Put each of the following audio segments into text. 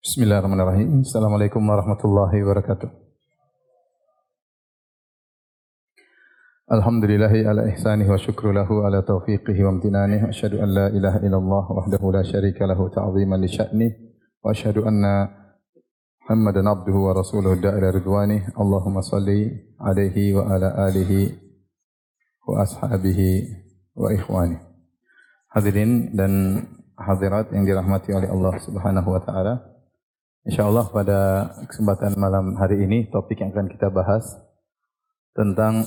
Bismillahirrahmanirrahim. Assalamualaikum warahmatullahi wabarakatuh. Alhamdulillahi ala ihsanih wa syukru lahu ala taufiqihi wa amtinanih. Asyhadu an la ilaha illallah wahdahu la syarika lahu ta'ziman li sya'nih. Wa asyhadu anna Muhammadan abduhu wa rasuluhu da'ila ridwanih. Allahumma salli alaihi wa ala alihi wa ashabihi wa ikhwanih. Hadirin dan hadirat yang dirahmati oleh Allah Subhanahu wa taala. InsyaAllah pada kesempatan malam hari ini topik yang akan kita bahas tentang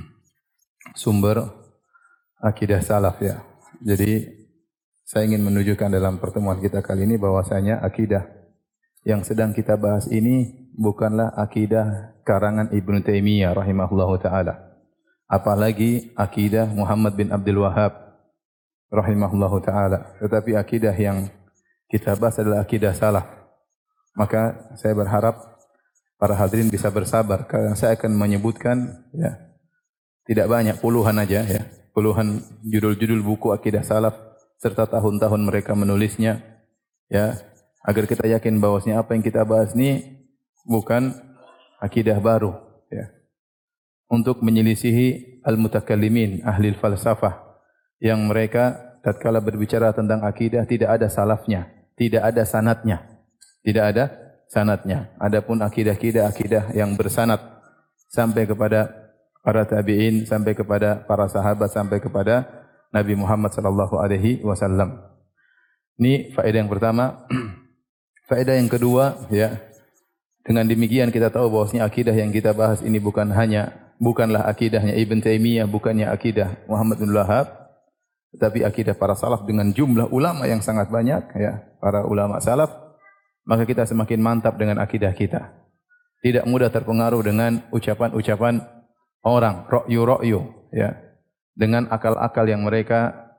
sumber akidah salaf ya. Jadi saya ingin menunjukkan dalam pertemuan kita kali ini bahwasanya akidah yang sedang kita bahas ini bukanlah akidah karangan Ibnu Taimiyah rahimahullahu taala. Apalagi akidah Muhammad bin Abdul Wahhab rahimahullahu taala. Tetapi akidah yang kita bahas adalah akidah salaf. Maka saya berharap para hadirin bisa bersabar karena saya akan menyebutkan ya tidak banyak, puluhan aja ya, puluhan judul-judul buku akidah salaf serta tahun-tahun mereka menulisnya ya, agar kita yakin bahwasanya apa yang kita bahas ini bukan akidah baru ya. Untuk menyelisihi al-mutakallimin, ahli falsafah yang mereka tatkala berbicara tentang akidah tidak ada salafnya, tidak ada sanadnya. Tidak ada sanadnya. Adapun akidah yang bersanad sampai kepada para tabi'in, sampai kepada para sahabat, sampai kepada Nabi Muhammad sallallahu alaihi wasallam. Ini faedah yang pertama. Faedah yang kedua, ya. Dengan demikian kita tahu bahwasanya akidah yang kita bahas ini bukanlah akidahnya Ibn Taimiyah, bukannya akidah Muhammad bin Wahhab, tetapi akidah para salaf dengan jumlah ulama yang sangat banyak, ya. Para ulama salaf. Maka kita semakin mantap dengan akidah kita. Tidak mudah terpengaruh dengan ucapan-ucapan orang, ra'yu, ya. Dengan akal-akal yang mereka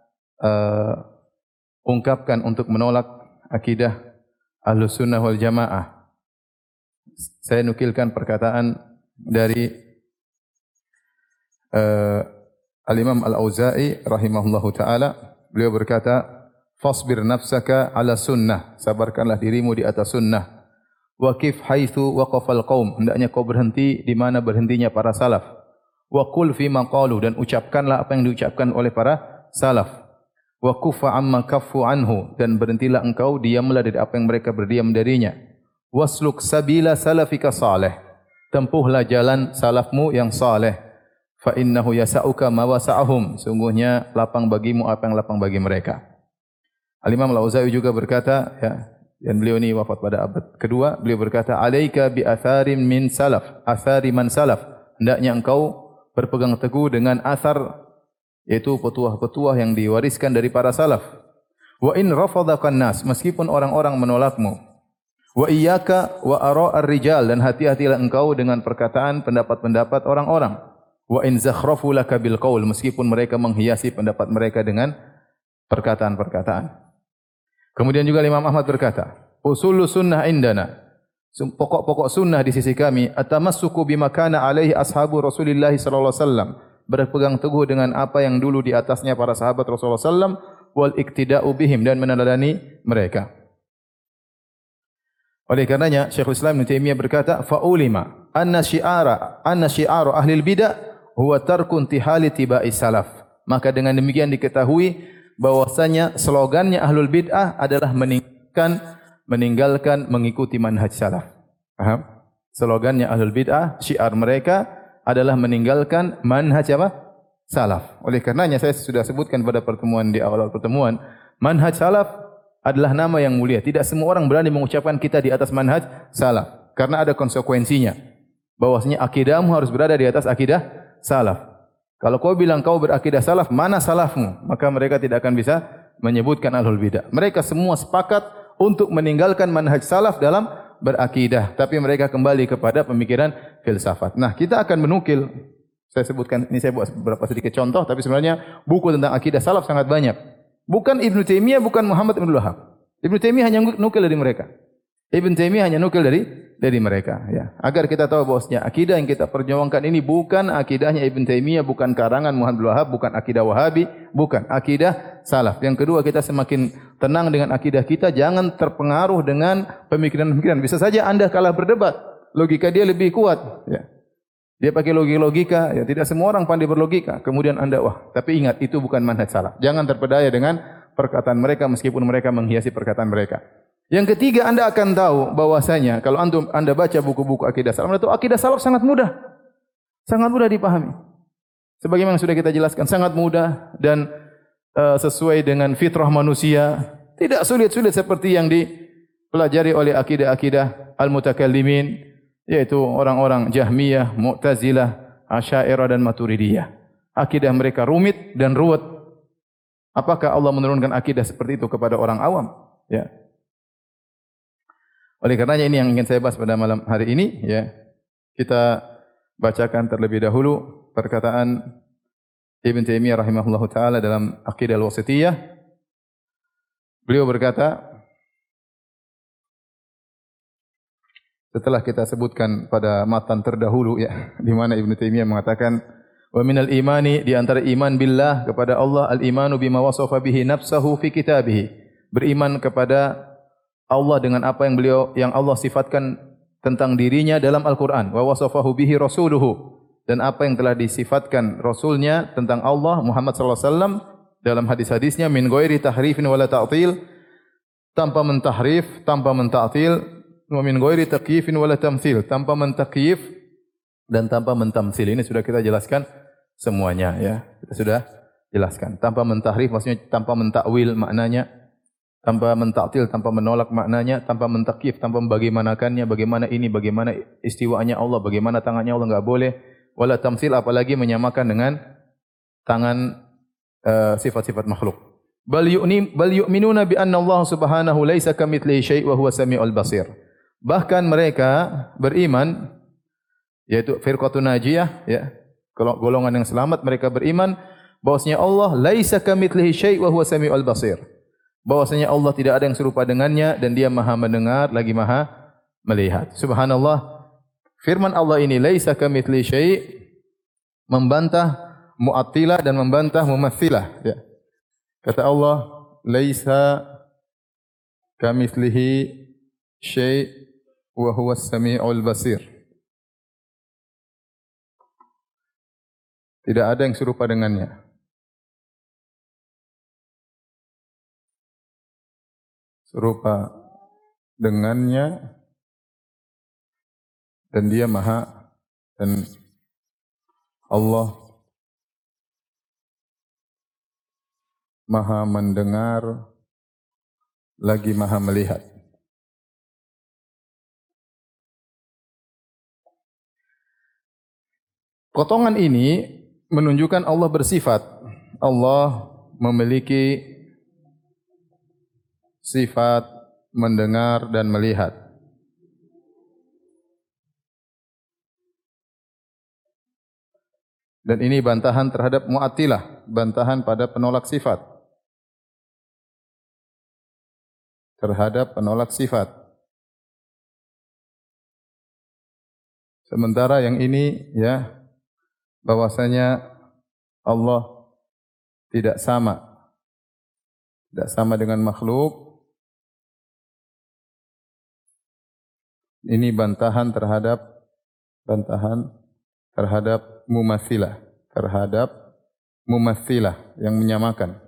ungkapkan untuk menolak akidah Ahlus Sunnah wal Jamaah. Saya nukilkan perkataan dari Al-Imam Al-Auza'i rahimahullahu taala. Beliau berkata, "Fasbir nafsaka ala sunnah." Sabarkanlah dirimu di atas sunnah. Waqif haitsu waqafal qaum. Hendaknya kau berhenti di mana berhentinya para salaf. Wa qul fi ma qalu, dan ucapkanlah apa yang diucapkan oleh para salaf. Wa kuffa amma kaffu anhu, dan berhentilah engkau, diamlah dari apa yang mereka berdiam darinya. Wasluk sabila salafika salih. Tempuhlah jalan salafmu yang saleh. Fa innahu yasauka ma wasa'ahum. Sungguhnya lapang bagimu apa yang lapang bagi mereka. Al-Imam Al-Auza'i juga berkata, ya, dan beliau ini wafat pada abad kedua, beliau berkata, "Alaika bi atharin min salaf, athari man salaf." Hendaknya engkau berpegang teguh dengan athar, yaitu petuah-petuah yang diwariskan dari para salaf. Wa in rafadhakan nas, meskipun orang-orang menolakmu. Wa iyyaka wa ara'ar rijal, dan hati-hatilah engkau dengan perkataan pendapat-pendapat orang-orang. Wa in zakhrafu laka bil qaul, meskipun mereka menghiasi pendapat mereka dengan perkataan-perkataan. Kemudian juga Imam Ahmad berkata, "Usulul sunnah indana." Pokok-pokok sunnah di sisi kami, atamassuku bima kana alaihi ashabu Rasulillah sallallahu alaihi wasallam. Berpegang teguh dengan apa yang dulu di atasnya para sahabat Rasulullah sallallahu alaihi wasallam, wal iktida'u bihim, dan meneladani mereka. Oleh karenanya Syekhul Islam Ibnu Taimiyah berkata, "Fa'ulima anna syi'ara ahli bidah huwa tarku intihali tibai salaf." Maka dengan demikian diketahui bahwasanya slogannya Ahlul Bid'ah adalah meninggalkan mengikuti manhaj salaf. Paham? Slogannya Ahlul Bid'ah, syiar mereka adalah meninggalkan manhaj apa? Salaf. Oleh karenanya saya sudah sebutkan pada pertemuan di awal pertemuan, manhaj salaf adalah nama yang mulia. Tidak semua orang berani mengucapkan kita di atas manhaj salaf karena ada konsekuensinya. Bahwasanya akidahmu harus berada di atas akidah salaf. Kalau kau bilang kau berakidah salaf, mana salafmu? Maka mereka tidak akan bisa menyebutkan Ahlul Bidah. Mereka semua sepakat untuk meninggalkan manhaj salaf dalam berakidah. Tapi mereka kembali kepada pemikiran filsafat. Nah, kita akan menukil. Saya sebutkan, ini saya buat beberapa sedikit contoh. Tapi sebenarnya buku tentang akidah salaf sangat banyak. Bukan Ibnu Taimiyah, bukan Muhammad bin Wahhab. Ibnu Taimiyah hanya nukil dari mereka. Ibn Taimiyah hanya nukil dari mereka, ya. Agar kita tahu bahwasanya akidah yang kita perjuangkan ini bukan akidahnya Ibn Taimiyah, bukan karangan Muhammad Wahab, bukan akidah Wahabi, bukan akidah salaf. Yang kedua, kita semakin tenang dengan akidah kita, jangan terpengaruh dengan pemikiran-pemikiran. Bisa saja Anda kalah berdebat, logika dia lebih kuat, ya. Dia pakai logika, ya, tidak semua orang pandai berlogika. Kemudian Anda, tapi ingat itu bukan manhaj salaf. Jangan terpedaya dengan perkataan mereka meskipun mereka menghiasi perkataan mereka. Yang ketiga, Anda akan tahu bahwasanya kalau Anda baca buku-buku akidah salaf, itu akidah salaf sangat mudah. Sangat mudah dipahami. Sebagaimana sudah kita jelaskan, sangat mudah dan sesuai dengan fitrah manusia. Tidak sulit-sulit seperti yang dipelajari oleh akidah-akidah al-mutakallimin, yaitu orang-orang Jahmiyah, Mu'tazilah, Asy'ariyah dan Maturidiyah. Akidah mereka rumit dan ruwet. Apakah Allah menurunkan akidah seperti itu kepada orang awam? Ya. Oleh karenanya ini yang ingin saya bahas pada malam hari ini, ya. Kita bacakan terlebih dahulu perkataan Ibn Taimiyah rahimahullahu taala dalam Aqidah Al-Wasithiyah. Beliau berkata, setelah kita sebutkan pada matan terdahulu, ya, di mana Ibn Taimiyah mengatakan wa minal imani, di antara iman billah kepada Allah, al-imanu bima wasafa bihi nafsahu fi kitabih. Beriman kepada Allah dengan apa yang Allah sifatkan tentang dirinya dalam Al-Quran. Wa wasafahu bihi rasuluhu. Dan apa yang telah disifatkan Rasulnya tentang Allah Muhammad sallallahu alaihi wasallam dalam hadis-hadisnya, min ghairi tahrifin wala ta'til, tanpa mentahrif, tanpa menta'til, wa min ghairi takyifin wala tamtsil, tanpa mentakyif dan tanpa mentamtsil. Ini sudah kita jelaskan semuanya, ya. Kita sudah jelaskan. Tanpa mentahrif maksudnya tanpa mentakwil maknanya, tanpa mentaktil, tanpa menolak maknanya, tanpa mentakyif, tanpa membagaimanakannya, bagaimana ini, bagaimana istiwanya Allah, bagaimana tangannya Allah, enggak boleh. Wala tamtsil, apalagi menyamakan dengan tangan sifat-sifat makhluk. Bal yu'minuna bi anna Allah subhanahu laisa kamitslihi syai' wa huwa samiul basir. Bahkan mereka beriman, yaitu firqatun najiyah, ya, golongan yang selamat, mereka beriman bahwasanya Allah laisa kamitslihi syai' wa huwa samiul basir. Bahwasanya Allah tidak ada yang serupa dengannya dan Dia Maha mendengar lagi Maha melihat. Subhanallah. Firman Allah ini laisa kamitslihi syai' membantah Mu'attilah dan membantah Mumatsilah, ya. Kata Allah laisa kamitslihi syai' wa huwas samiul basir. Tidak ada yang serupa dengannya. Serupa dengannya dan Dia Maha, dan Allah Maha mendengar lagi Maha melihat. Potongan ini menunjukkan Allah bersifat. Allah memiliki sifat mendengar dan melihat. Dan ini bantahan terhadap Mu'attilah, bantahan pada penolak sifat. Terhadap penolak sifat. Sementara yang ini, ya, bahwasanya Allah tidak sama dengan makhluk. Ini bantahan terhadap mumatsilah, yang menyamakan,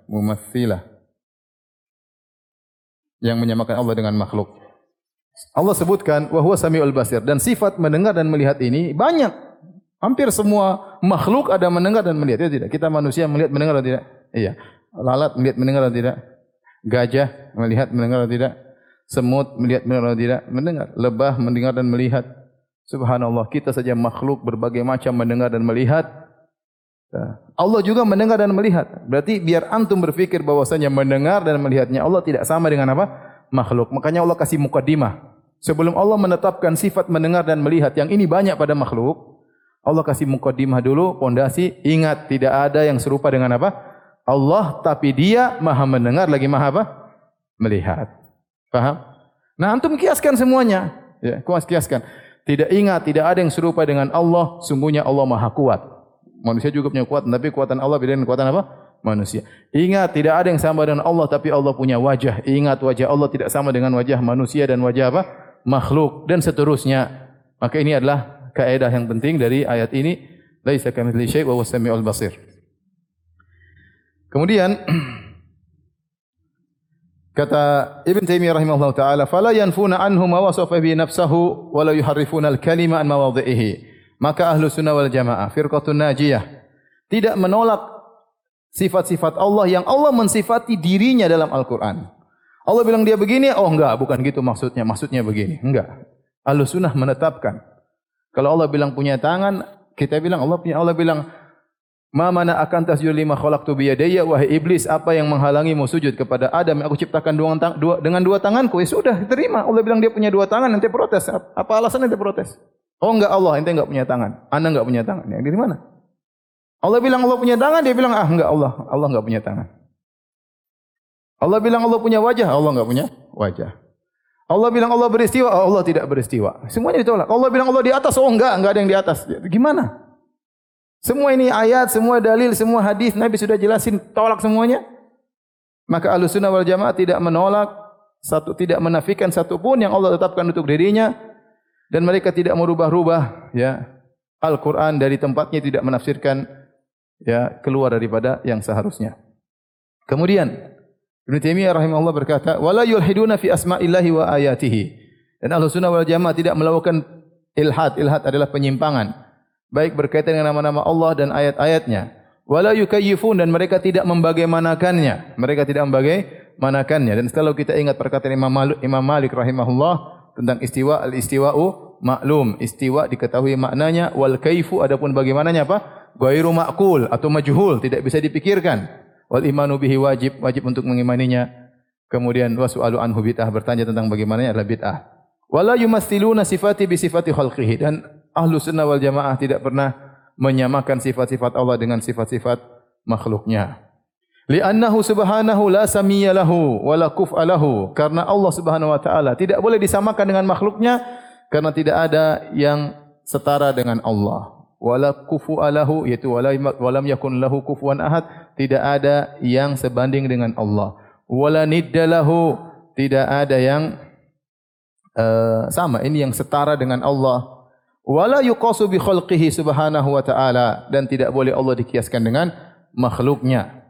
yang menyamakan Allah dengan makhluk. Allah sebutkan wa huwa samiul basir, dan sifat mendengar dan melihat ini banyak. Hampir semua makhluk ada mendengar dan melihat. Ya tidak? Kita manusia melihat, mendengar atau tidak? Iya. Lalat melihat, mendengar atau tidak? Gajah melihat, mendengar atau tidak? Semut melihat, mendengar atau tidak? Mendengar. Lebah mendengar dan melihat. Subhanallah, kita saja makhluk berbagai macam mendengar dan melihat. Allah juga mendengar dan melihat. Berarti biar antum berfikir bahwasanya mendengar dan melihatnya Allah tidak sama dengan apa? Makhluk. Makanya Allah kasih mukaddimah. Sebelum Allah menetapkan sifat mendengar dan melihat yang ini banyak pada makhluk, Allah kasih mukaddimah dulu, pondasi. Ingat, tidak ada yang serupa dengan apa? Allah, tapi Dia Maha mendengar lagi Maha apa? Melihat. Paham? Nah, antum kiaskan semuanya. Ya, kiaskan. Tidak ingat, tidak ada yang serupa dengan Allah. Sungguhnya Allah Maha Kuat. Manusia juga punya kekuatan, tapi kekuatan Allah beda dengan kekuatan apa? Manusia. Ingat, tidak ada yang sama dengan Allah, tapi Allah punya wajah. Ingat, wajah Allah tidak sama dengan wajah manusia dan wajah apa? Makhluk dan seterusnya. Maka ini adalah kaidah yang penting dari ayat ini. Laisa kamitslihi syai' wa huwas samiul basir. Kemudian kata Ibn Taimiyah rahimahullah taala, "Fala yanfuna anhu ma wasafa bi nafsuhu wa la yuharrifuna al-kalima an mawadhi'ihi." Maka Ahlus Sunnah wal Jamaah, firqatun najiyah, tidak menolak sifat-sifat Allah yang Allah mensifati dirinya dalam Al-Qur'an. Allah bilang dia begini, oh enggak, bukan gitu maksudnya. Maksudnya begini. Enggak. Ahlus Sunnah menetapkan. Kalau Allah bilang punya tangan, kita bilang Allah punya. Allah bilang, "Ma mana akan tasjud lima khalaqtu bi yadayya." Wahai iblis, apa yang menghalangimu sujud kepada Adam yang aku ciptakan dengan dua tanganku? Ya sudah, terima. Allah bilang dia punya dua tangan, ente protes. Apa alasan ente protes? Oh enggak Allah, ente enggak punya tangan. Anda enggak punya tangan. Yang dari mana? Allah bilang Allah punya tangan, dia bilang enggak Allah enggak punya tangan. Allah bilang Allah punya wajah, Allah enggak punya wajah. Allah bilang Allah beristiwa, Allah tidak beristiwa. Semuanya ditolak. Allah bilang Allah di atas, oh enggak ada yang di atas. Gimana? Semua ini ayat, semua dalil, semua hadis Nabi sudah jelasin, tolak semuanya. Maka Ahlussunnah wal Jamaah tidak menolak tidak menafikan satu pun yang Allah tetapkan untuk dirinya, dan mereka tidak merubah-rubah ya Al-Qur'an dari tempatnya, tidak menafsirkan ya keluar daripada yang seharusnya. Kemudian Ibnu Taimiyah rahimahullah berkata, "Wala yulhiduna fi asma'illahi wa ayatihi." Dan Ahlussunnah wal Jamaah tidak melakukan ilhad. Ilhad adalah penyimpangan, baik berkaitan dengan nama-nama Allah dan ayat-ayatnya. Wala yukayyifun, dan mereka tidak membagaimanakannya. Mereka tidak membagaimanakannya. Dan kalau kita ingat perkataan Imam Malik rahimahullah tentang istiwa, al-istiwa'u maklum. Istiwa diketahui maknanya, wal kaifu adapun bagaimananya apa? Ghairu ma'qul atau majhul, tidak bisa dipikirkan. Wal imanu bihi wajib untuk mengimaninya. Kemudian wasu'alu anhu bid'ah, bertanya tentang bagaimananya adalah bid'ah. Wala yumassiluna sifati bi sifati khalqihi, dan Ahlus Sunnah wal Jamaah tidak pernah menyamakan sifat-sifat Allah dengan sifat-sifat makhluknya. Li'annahu subhanahu la samiyya lahu wa la kuf'a lahu, karena Allah Subhanahu wa taala tidak boleh disamakan dengan makhluknya, karena tidak ada yang setara dengan Allah. Wala kufu'a lahu, yaitu walam yakun lahu kufuwan ahad, tidak ada yang sebanding dengan Allah. Wala nidda lahu, tidak ada yang sama, ini yang setara dengan Allah. Wala yuqasu bi khalqihi subhanahu wa ta'ala, dan tidak boleh Allah dikiaskan dengan makhluknya.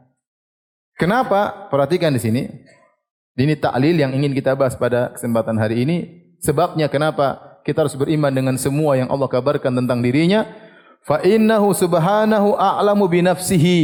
Kenapa? Perhatikan di sini. Ini taklil yang ingin kita bahas pada kesempatan hari ini. Sebabnya kenapa kita harus beriman dengan semua yang Allah kabarkan tentang dirinya. Fa innahu subhanahu a'lamu bi nafsihi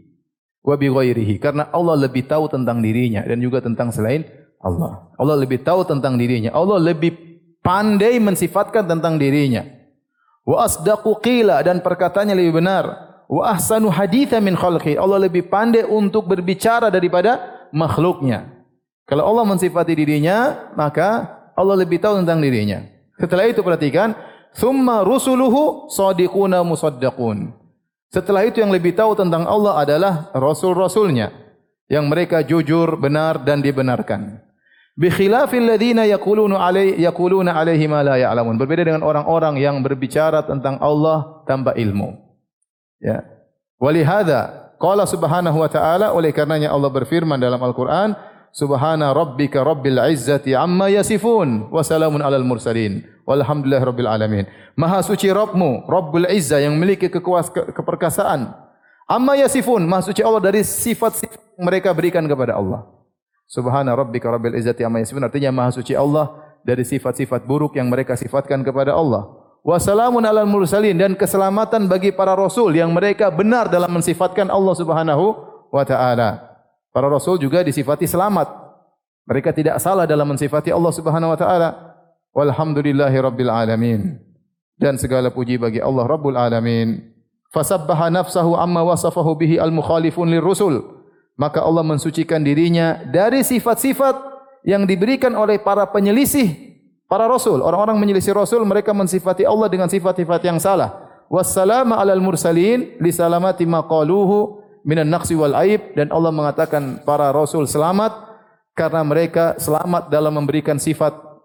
wa bi ghairihi. Karena Allah lebih tahu tentang dirinya dan juga tentang selain Allah. Allah lebih tahu tentang dirinya. Allah lebih pandai mensifatkan tentang dirinya. Wa asdaqu qila, dan perkataannya lebih benar. Wa ahsanu haditha min khalqi. Allah lebih pandai untuk berbicara daripada makhluknya. Kalau Allah mensifati dirinya, maka Allah lebih tahu tentang dirinya. Setelah itu perhatikan, thumma rusuluhu shadiquna musaddaqun. Setelah itu yang lebih tahu tentang Allah adalah rasul-rasulnya, yang mereka jujur, benar dan dibenarkan. Bi khilafil ladzina yaquluna alaihi ma la ya'lamun. Berbeda dengan orang-orang yang berbicara tentang Allah tanpa ilmu. Ya. Walihada qala subhanahu wa ta'ala, oleh karenanya Allah berfirman dalam Al-Qur'an, subhana rabbika rabbil izzati amma yasifun wa salamun alal mursalin walhamdulillahi rabbil alamin. Maha suci Rabbmu, Rabbul Izzah, yang memiliki keperkasaan. Amma yasifun, maha suci Allah dari sifat-sifat yang mereka berikan kepada Allah. Subhana rabbika rabbil izzati amma yasifun, artinya maha suci Allah dari sifat-sifat buruk yang mereka sifatkan kepada Allah. Wa salamun alal mursalin, dan keselamatan bagi para rasul yang mereka benar dalam mensifatkan Allah Subhanahu wa taala. Para rasul juga disifati selamat. Mereka tidak salah dalam mensifati Allah Subhanahu wa taala. Walhamdulillahi rabbil alamin. Dan segala puji bagi Allah Rabbul alamin. Fasabbaha nafsahu amma wasafahu bihi al-mukhalifun lirrusul. Maka Allah mensucikan dirinya dari sifat-sifat yang diberikan oleh para penyelisih para rasul. Orang-orang menyelisih rasul, mereka mensifati Allah dengan sifat-sifat yang salah. Wassalamu alal mursalin li salamati ma qaluhu minan naqsi wal aib, dan Allah mengatakan para rasul selamat karena mereka selamat dalam memberikan sifat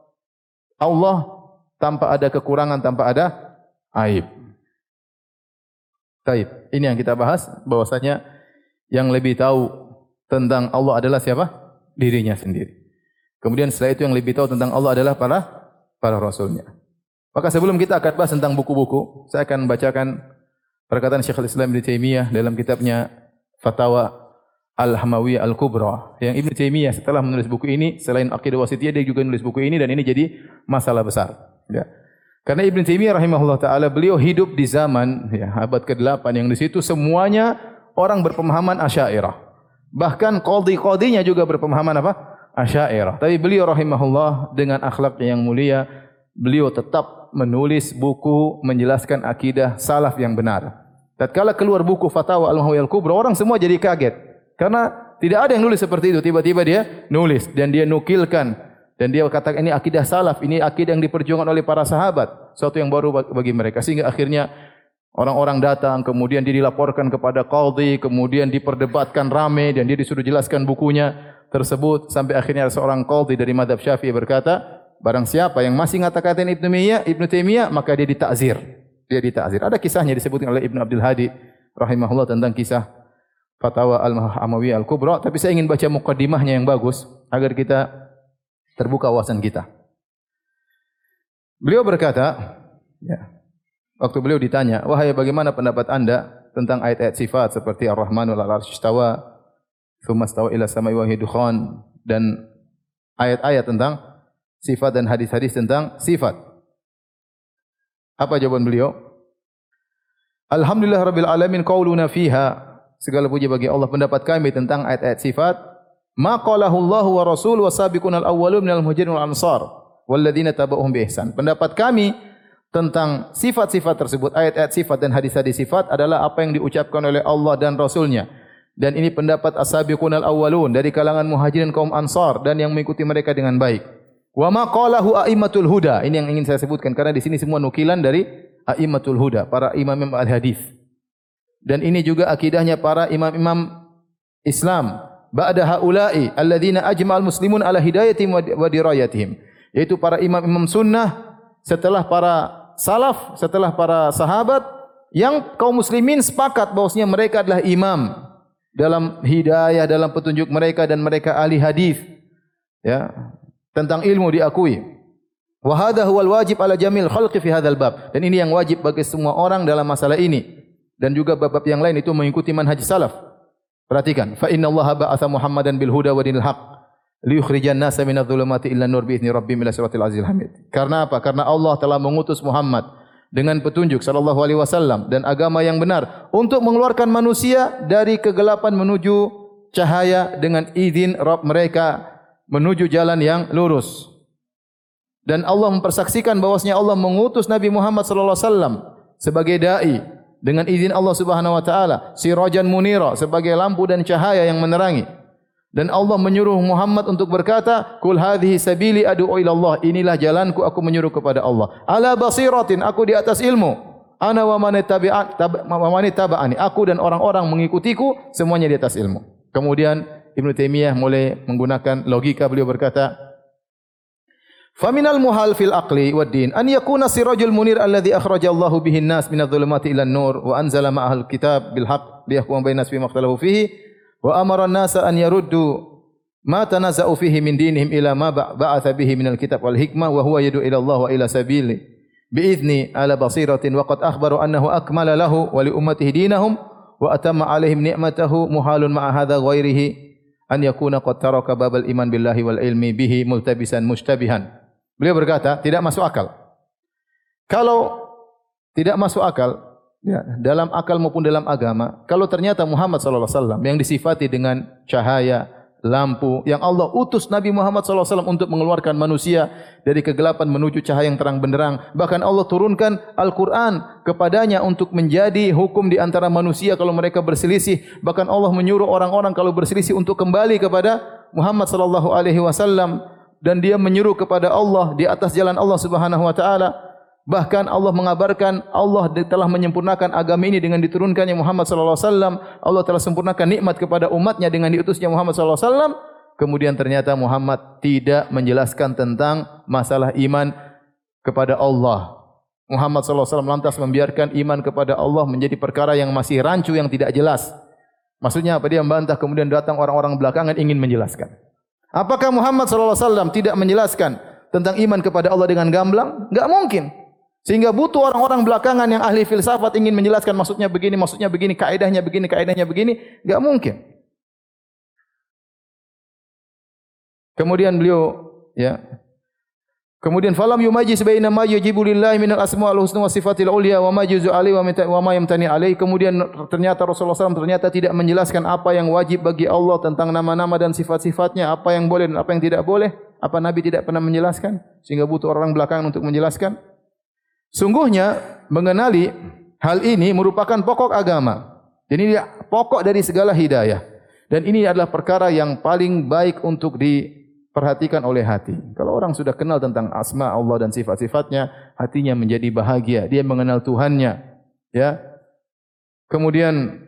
Allah tanpa ada kekurangan, tanpa ada aib. Baik, ini yang kita bahas, bahwasanya yang lebih tahu tentang Allah adalah siapa? Dirinya sendiri. Kemudian setelah itu yang lebih tahu tentang Allah adalah para rasulnya. Maka sebelum kita akan bahas tentang buku-buku, saya akan bacakan perkataan Syekhul Islam Ibnu Taimiyah dalam kitabnya Fatawa Al-Hamawiyah Al-Kubra. Yang Ibnu Taimiyah setelah menulis buku ini, selain Aqidah Wasithiyah, dia juga menulis buku ini dan ini jadi masalah besar. Ya. Karena Ibnu Taimiyah rahimahullah taala beliau hidup di zaman abad ke-8 yang di situ semuanya orang berpemahaman Asy'ariyah. Bahkan qadhi-qadhinya juga berpemahaman apa? Asy'ariyah. Tapi beliau rahimahullah dengan akhlaknya yang mulia, beliau tetap menulis buku menjelaskan akidah salaf yang benar. Tatkala keluar buku Fatawa Al-Hamawiyah Al-Kubra, orang semua jadi kaget. Karena tidak ada yang nulis seperti itu. Tiba-tiba dia nulis dan dia nukilkan. Dan dia katakan ini akidah salaf, ini akidah yang diperjuangkan oleh para sahabat. Suatu yang baru bagi mereka. Sehingga akhirnya orang-orang datang, kemudian dia dilaporkan kepada qadhi, kemudian diperdebatkan rame, dan dia disuruh jelaskan bukunya tersebut. Sampai akhirnya ada seorang qadhi dari mazhab Syafi'i berkata, barang siapa yang masih ngata-ngatain Ibnu Taimiyah, maka dia ditakzir. Dia ditakzir. Ada kisahnya disebutkan oleh Ibnu Abdul Hadi rahimahullah tentang kisah Fatawa Al-Hamawiyah Al-Kubra. Tapi saya ingin baca muqaddimahnya yang bagus agar kita terbuka wawasan kita. Beliau berkata, waktu beliau ditanya, wahai bagaimana pendapat anda tentang ayat-ayat sifat seperti Ar-Rahmanu 'alal 'arsy istawa, tsumma istawa ila samai wa hiya dukhan, dan ayat-ayat tentang sifat dan hadis-hadis tentang sifat. Apa jawaban beliau? Alhamdulillah rabbil alamin qauluna fiha. Segala puji bagi Allah, pendapat kami tentang ayat-ayat sifat. Ma qalahu Allah wa rasul wa sabiqunal awwalun minal muhajirin wal ansar walladzina tabauhum bi ihsan. Pendapat kami tentang sifat-sifat tersebut, ayat-ayat sifat dan hadis-hadis sifat adalah apa yang diucapkan oleh Allah dan Rasulnya. Dan ini pendapat as-sabiqunal awwalun dari kalangan muhajirin kaum ansar dan yang mengikuti mereka dengan baik. Wa ma qalahu a'immatul huda. Ini yang ingin saya sebutkan karena di sini semua nukilan dari a'immatul huda, para imam al-hadis. Dan ini juga akidahnya para imam-imam Islam. Ba'da haula'i alladzina ajma'al muslimun ala hidayatihim wa dirayatihim. Yaitu para imam-imam sunnah setelah para salaf, setelah para sahabat yang kaum muslimin sepakat bahwasanya mereka adalah imam dalam hidayah, dalam petunjuk mereka dan mereka ahli hadis. Ya, tentang ilmu diakui. Wa hadha huwal wajib ala jamil khalqi fi hadzal bab. Dan ini yang wajib bagi semua orang dalam masalah ini. Dan juga bab-bab yang lain itu mengikuti manhaj salaf. Perhatikan, fa innallaha ba'atsa Muhammadan bil huda wa dinil haqq liyukhrijan nasa minadh dhulumati ila nur bi idzni rabbihim ila siratil azizil hamid. Karena apa? Karena Allah telah mengutus Muhammad dengan petunjuk sallallahu alaihi wasallam dan agama yang benar untuk mengeluarkan manusia dari kegelapan menuju cahaya dengan izin Rabb mereka menuju jalan yang lurus. Dan Allah mempersaksikan bahwasanya Allah mengutus Nabi Muhammad sallallahu alaihi wasallam sebagai dai dengan izin Allah Subhanahu wa taala, sirajan munira, sebagai lampu dan cahaya yang menerangi. Dan Allah menyuruh Muhammad untuk berkata, "Qul hadhihi sabili ad'u ila Allah." Inilah jalanku, aku menyuruh kepada Allah. Ala basiratin, aku di atas ilmu. Ana wa man taba'ani, aku dan orang-orang mengikutiku semuanya di atas ilmu. Kemudian Ibnu Taimiyah mulai menggunakan logika, beliau berkata, Faminal muhal fil aqli wad din an yakuna sirajul munir alladhi akhraja Allahu bihi an-nas minadh dhulumati ila an-nur wa anzala ma'ahal kitab bil haqq liyahkuma bainas fi ma ikhtalafu fihi wa amara an-nasa an yaruddu ma tanaza'u fihi min dinihim ila ma ba'atha bihi minal kitab wal hikmah wa huwa yad'u ila Allah wa ila sabili bi idzni ala basiratin wa qad akhbaru annahu akmala lahu wa li ummatihi dinahum wa atamma alaihim ni'matahu muhalun ma'a hadha ghairihi an yakuna qad taraka babal iman billahi wal ilmi bihi multabisan mushtabihan. Beliau berkata, tidak masuk akal. Kalau tidak masuk akal, ya, dalam akal maupun dalam agama, kalau ternyata Muhammad sallallahu alaihi wasallam yang disifati dengan cahaya, lampu, yang Allah utus Nabi Muhammad sallallahu alaihi wasallam untuk mengeluarkan manusia dari kegelapan menuju cahaya yang terang benderang, bahkan Allah turunkan Al-Qur'an kepadanya untuk menjadi hukum di antara manusia kalau mereka berselisih, bahkan Allah menyuruh orang-orang kalau berselisih untuk kembali kepada Muhammad sallallahu alaihi wasallam. Dan dia menyuruh kepada Allah di atas jalan Allah Subhanahu wa taala. Bahkan Allah mengabarkan Allah telah menyempurnakan agama ini dengan diturunkannya Muhammad sallallahu alaihi wasallam. Allah telah sempurnakan nikmat kepada umatnya dengan diutusnya Muhammad sallallahu alaihi wasallam. Kemudian ternyata Muhammad tidak menjelaskan tentang masalah iman kepada Allah. Muhammad SAW lantas membiarkan iman kepada Allah menjadi perkara yang masih rancu, yang tidak jelas. Maksudnya apa? Dia membantah, kemudian datang orang-orang belakangan ingin menjelaskan. Apakah Muhammad SAW tidak menjelaskan tentang iman kepada Allah dengan gamblang? Enggak mungkin. Sehingga butuh orang-orang belakangan yang ahli filsafat ingin menjelaskan maksudnya begini, kaidahnya begini. Enggak mungkin. Kemudian beliau kemudian falam yumajiz baina ma yajibu lillahi minal asmaul husna wa sifatil ulya wa ma juzu alaihi wa ma yamtani alaihi. Kemudian ternyata Rasulullah SAW ternyata tidak menjelaskan apa yang wajib bagi Allah tentang nama-nama dan sifat-sifatnya, apa yang boleh dan apa yang tidak boleh. Apa Nabi tidak pernah menjelaskan sehingga butuh orang belakangan untuk menjelaskan? Sungguhnya mengenali hal ini merupakan pokok agama. Jadi ini pokok dari segala hidayah. Dan ini adalah perkara yang paling baik untuk diperhatikan oleh hati. Kalau orang sudah kenal tentang asma Allah dan sifat-sifatnya, hatinya menjadi bahagia. Dia mengenal Tuhannya. Ya. Kemudian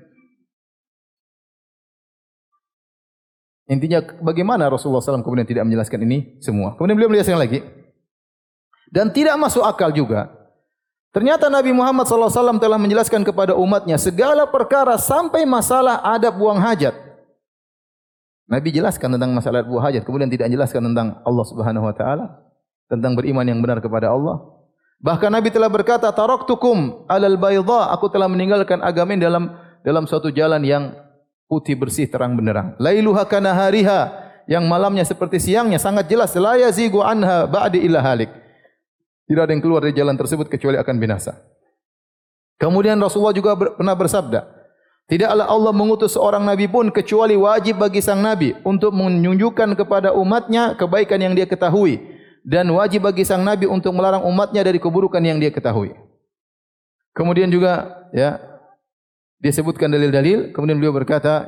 intinya bagaimana Rasulullah SAW kemudian tidak menjelaskan ini semua. Kemudian beliau menjelaskan lagi. Dan tidak masuk akal juga. Ternyata Nabi Muhammad SAW telah menjelaskan kepada umatnya segala perkara sampai masalah adab buang hajat. Nabi jelaskan tentang masalah adab buang hajat, kemudian tidak jelaskan tentang Allah Subhanahu wa taala, tentang beriman yang benar kepada Allah. Bahkan Nabi telah berkata, "Taraktukum 'alal bayda," aku telah meninggalkan agama ini dalam suatu jalan yang putih bersih terang benderang. Lailuha kanahariha, yang malamnya seperti siangnya, sangat jelas. La yazigu anha ba'di illa halik. Tidak ada yang keluar dari jalan tersebut kecuali akan binasa. Kemudian Rasulullah juga pernah bersabda, tidaklah Allah mengutus seorang nabi pun kecuali wajib bagi sang nabi untuk menunjukkan kepada umatnya kebaikan yang dia ketahui, dan wajib bagi sang nabi untuk melarang umatnya dari keburukan yang dia ketahui. Kemudian juga dia sebutkan dalil-dalil, kemudian beliau berkata,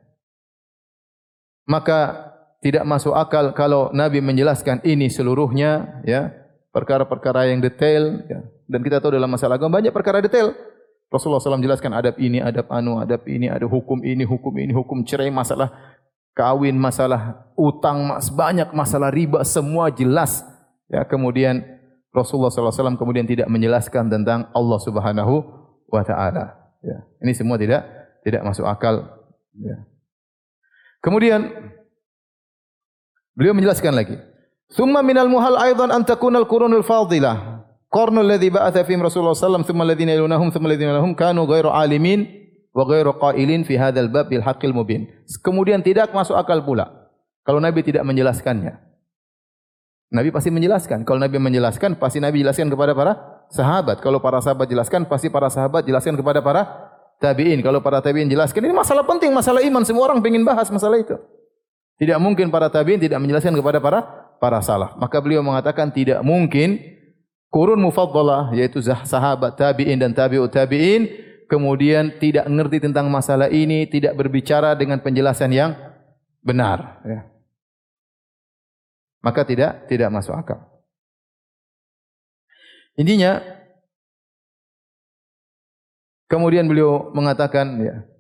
maka tidak masuk akal kalau Nabi menjelaskan ini seluruhnya, perkara-perkara yang detail, dan kita tahu dalam masalah agama banyak perkara detail. Rasulullah SAW jelaskan adab ini, adab ini, ada hukum ini, hukum cerai, masalah kawin, masalah utang, banyak masalah riba, semua jelas. Ya, kemudian Rasulullah SAW kemudian tidak menjelaskan tentang Allah Subhanahu wa taala. Ya, ini semua tidak masuk akal. Ya. Kemudian beliau menjelaskan lagi. Thumma minal muhal aidan an takuna al-qurunul fadilah. Qarnul ladzi ba'atha fihim Rasulullah sallallahu alaihi wasallam thumma alladhina yalunahum thumma alladhina yalunahum kanu ghairu alimin wa ghairu qailin fi hadzal bab bil haqqil mubin. Kemudian tidak masuk akal pula kalau Nabi tidak menjelaskannya. Nabi pasti menjelaskan. Kalau Nabi menjelaskan, pasti Nabi jelaskan kepada para sahabat. Kalau para sahabat jelaskan, pasti para sahabat jelaskan kepada para tabi'in. Kalau para tabi'in jelaskan, ini masalah penting, masalah iman, semua orang ingin bahas masalah itu. Tidak mungkin para tabi'in tidak menjelaskan kepada para salaf. Maka beliau mengatakan tidak mungkin qurun mufaddalah, yaitu sahabat, tabi'in dan tabi'ut tabi'in, kemudian tidak mengerti tentang masalah ini, tidak berbicara dengan penjelasan yang benar. Ya. Maka tidak masuk akal. Intinya, kemudian beliau mengatakan,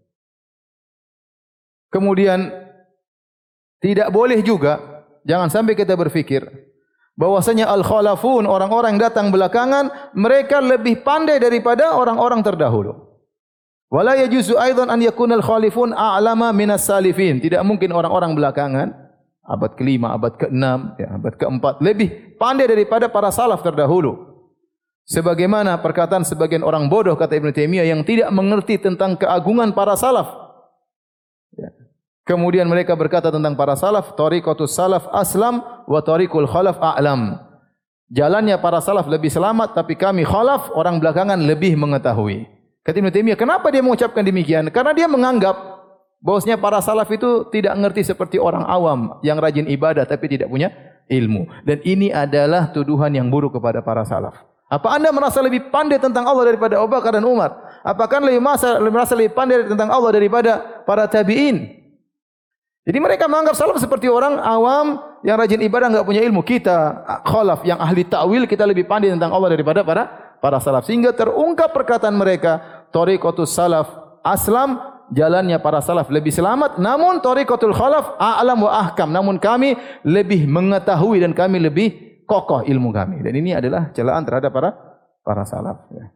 kemudian tidak boleh juga, jangan sampai kita berfikir bahwasanya al-khalafun, orang-orang yang datang belakangan, mereka lebih pandai daripada orang-orang terdahulu. Wala yajuzu aidan an yakuna al-khalifun a'lama minas salifin. Tidak mungkin orang-orang belakangan, abad ke-5, abad ke-6, abad ke-4 lebih pandai daripada para salaf terdahulu. Sebagaimana perkataan sebagian orang bodoh, kata Ibnu Taimiyah, yang tidak mengerti tentang keagungan para salaf. Kemudian mereka berkata tentang para salaf, tariqatus salaf aslam wa tariqul khalaf a'lam. Jalannya para salaf lebih selamat, tapi kami khalaf, orang belakangan, lebih mengetahui. Kata Ibnu Taimiyah, kenapa dia mengucapkan demikian? Karena dia menganggap bahwasanya para salaf itu tidak mengerti seperti orang awam yang rajin ibadah tapi tidak punya ilmu. Dan ini adalah tuduhan yang buruk kepada para salaf. Apa Anda merasa lebih pandai tentang Allah daripada Abu Bakar dan Umar? Apakah Anda merasa lebih pandai tentang Allah daripada para tabi'in? Jadi mereka menganggap salaf seperti orang awam yang rajin ibadah, enggak punya ilmu. Kita khalaf yang ahli ta'wil, kita lebih pandai tentang Allah daripada para salaf. Sehingga terungkap perkataan mereka, tariqatus salaf aslam, jalannya para salaf lebih selamat, namun tariqatul khalaf a'lam wa ahkam, namun kami lebih mengetahui dan kami lebih kokoh ilmu kami. Dan ini adalah celaan terhadap para salaf. Ya.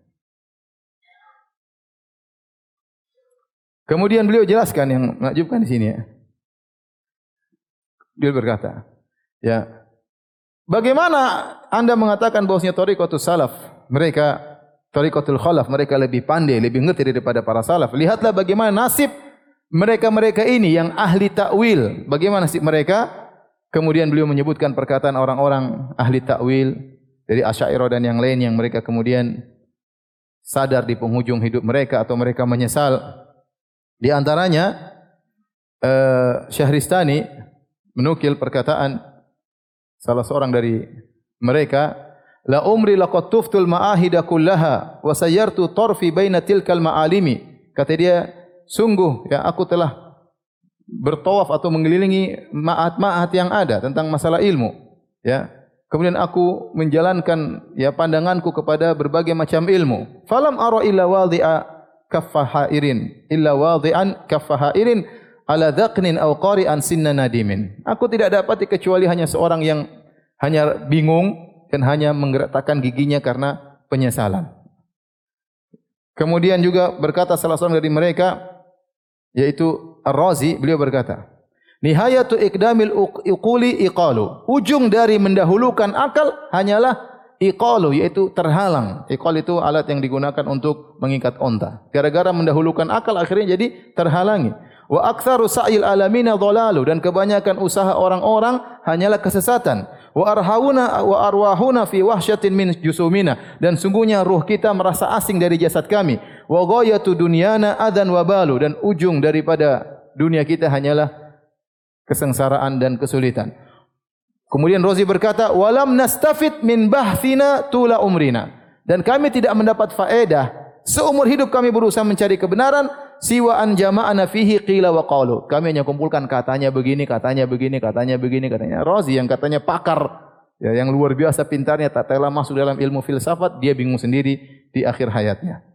Kemudian beliau jelaskan yang menakjubkan di sini ya. Beliau berkata, ya, bagaimana Anda mengatakan bahwasanya thariqatus salaf, mereka thariqatul khalaf, mereka lebih pandai, lebih ngerti daripada para salaf. Lihatlah bagaimana nasib mereka-mereka ini yang ahli takwil. Bagaimana nasib mereka? Kemudian beliau menyebutkan perkataan orang-orang ahli takwil dari Asy'ariyah dan yang lain yang mereka kemudian sadar di penghujung hidup mereka atau mereka menyesal. Di antaranya Syahristani menukil perkataan salah seorang dari mereka, la umri laqad tuftul ma'ahida kullaha wa sayyartu tarfi baina tilkal ma'alimi. Kata dia, sungguh ya aku telah bertawaf atau mengelilingi ma'at-ma'at yang ada tentang masalah ilmu, ya. Kemudian aku menjalankan ya pandanganku kepada berbagai macam ilmu. Falam ara illa wadhi'a kaffahairin illa wadhi'an kaffahairin ala dhaqnin aw qari'an sinna nadimin. Aku tidak dapati kecuali hanya seorang yang hanya bingung dan hanya menggerakkan giginya karena penyesalan. Kemudian juga berkata salah seorang dari mereka yaitu Ar-Razi, beliau berkata, nihayatu iqdamil uquli iqalu. Ujung dari mendahulukan akal hanyalah iqalu, yaitu terhalang. Iqal itu alat yang digunakan untuk mengikat onta. Gara-gara mendahulukan akal akhirnya jadi terhalangi. Wa aktsaru sa'il alamina dhalalu, dan kebanyakan usaha orang-orang hanyalah kesesatan. Wa arwahuna fi wahsyatin min jusumina, dan sungguhnya ruh kita merasa asing dari jasad kami. Wa ghayatu dunyana adan wa balu, dan ujung daripada dunia kita hanyalah kesengsaraan dan kesulitan. Kemudian Razi berkata, walam nastafid min bahthina tula umrina, dan kami tidak mendapat faedah seumur hidup kami berusaha mencari kebenaran siwa an jama'ana fihi qila wa qalu. Kami hanya kumpulkan katanya begini, katanya begini, katanya begini, katanya. Razi yang katanya pakar, ya, yang luar biasa pintarnya, tak telah masuk dalam ilmu filsafat, dia bingung sendiri di akhir hayatnya.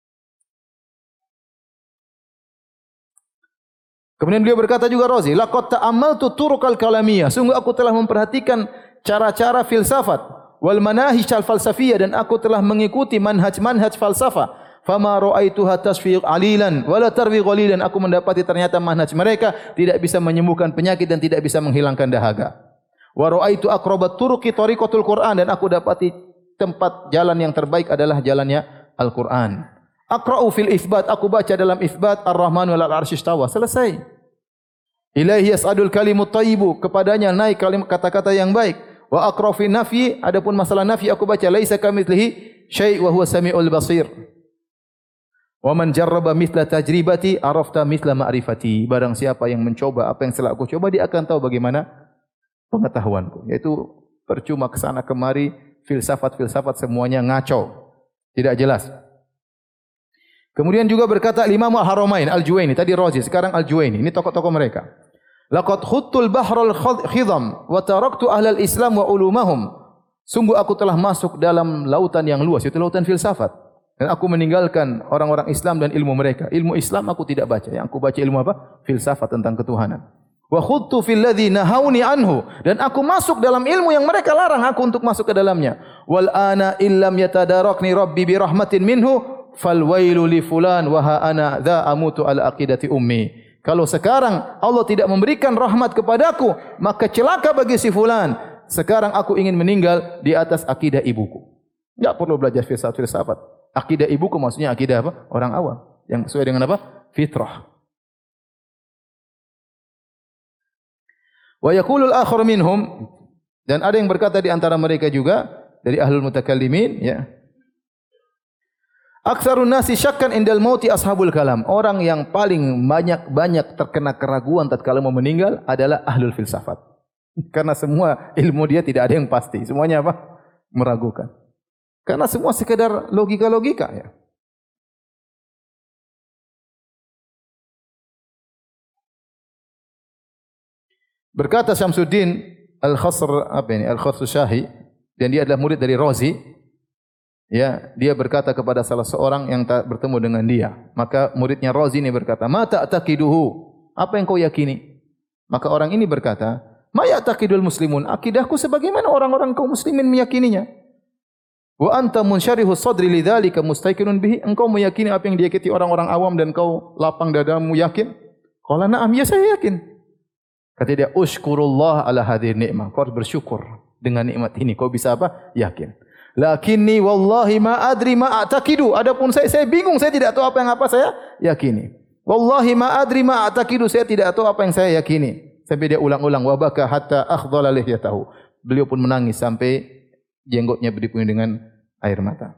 Kemudian beliau berkata juga Razi, laqad ta'ammaltu turuqal kalamiyah, sungguh aku telah memperhatikan cara-cara filsafat, wal manahij al falsafiyah, dan aku telah mengikuti manhaj falsafah. Fama ra'aituha tasfiq alilan wala tarwi ghalilan, aku mendapati ternyata manhaj mereka tidak bisa menyembuhkan penyakit dan tidak bisa menghilangkan dahaga. Wa ra'aitu aqrabat turuqi tariqatul Qur'an, dan aku dapati tempat jalan yang terbaik adalah jalannya Al-Qur'an. Aqra'u fil itsbat, aku baca dalam itsbat Ar-Rahmanu 'alal 'arsy istawa. Selesai. Ilaihi yas'adul kalimut thayyibu, kepadanya naik kata-kata yang baik. Wa aqra'u fi nafyi, adapun masalah nafyi aku baca laisa kamitslihi syai' wa huwa samiul basir. Wa man jarraba mithla tajribati arafta mithla ma'rifati. Barang siapa yang mencoba apa yang telah aku coba, dia akan tahu bagaimana pengetahuanku. Yaitu percuma kesana kemari, filsafat semuanya ngaco, tidak jelas. Kemudian juga berkata Imam Al-Haramain Al-Juwaini, tadi Razi, sekarang Al-Juwaini. Ini tokoh-tokoh mereka. Laqad khuttul bahral khidam wa taraktu ahlal Islam wa ulumahum. Sungguh aku telah masuk dalam lautan yang luas, itu lautan filsafat. Dan aku meninggalkan orang-orang Islam dan ilmu mereka. Ilmu Islam aku tidak baca. Yang aku baca ilmu apa? Filsafat tentang ketuhanan. Wa khuttu fil ladzi nahauni anhu, dan aku masuk dalam ilmu yang mereka larang aku untuk masuk ke dalamnya. Wal ana illam yatadarakni rabbi bi rahmatin minhu fal wailu li fulan wa ha ana dza amutu ala aqidati ummi. Kalau sekarang Allah tidak memberikan rahmat kepadaku, maka celaka bagi si fulan. Sekarang aku ingin meninggal di atas akidah ibuku. Enggak perlu belajar filsafat. Akidah ibuku maksudnya akidah apa? Orang awam yang sesuai dengan apa? Fitrah. Wa yaqulul akhar minhum, dan ada yang berkata di antara mereka juga dari ahlul mutakallimin, ya. Aktsarun nasi syakkan indal mauti ashabul kalam. Orang yang paling banyak terkena keraguan tatkala mau meninggal adalah ahlul filsafat. Karena semua ilmu dia tidak ada yang pasti. Semuanya apa? Meragukan. Karena semua sekedar logika-logika, ya. Berkata Syamsuddin Al-Kharsashahi, dan dia adalah murid dari Razi. Ya, dia berkata kepada salah seorang yang tak bertemu dengan dia. Maka muridnya Razi ini berkata, "Ma ta'taqiduhu?" Apa yang kau yakini? Maka orang ini berkata, Ma ya'taqidul muslimun. Akidahku sebagaimana orang-orang kaum muslimin meyakininya. Wa anta munsyarihu sadri lidzalika mustaqinun bihi. Engkau meyakini apa yang diyakini orang-orang awam dan kau lapang dadamu yakin? Qala na'am, ya saya yakin. Kata dia, "Ushkurullah ala hadhihi ni'mah." Kau harus bersyukur dengan nikmat ini. Kau bisa apa? Yakin. Lakinni wallahi ma adri ma a'taqidu. Adapun saya bingung, saya tidak tahu apa saya yakini. Wallahi ma adri ma a'taqidu. Saya tidak tahu apa yang saya yakini. Sampai dia ulang-ulang, wa baka hatta akhdhala lihyatahu. Beliau pun menangis sampai jenggotnya dipenuhi dengan air mata.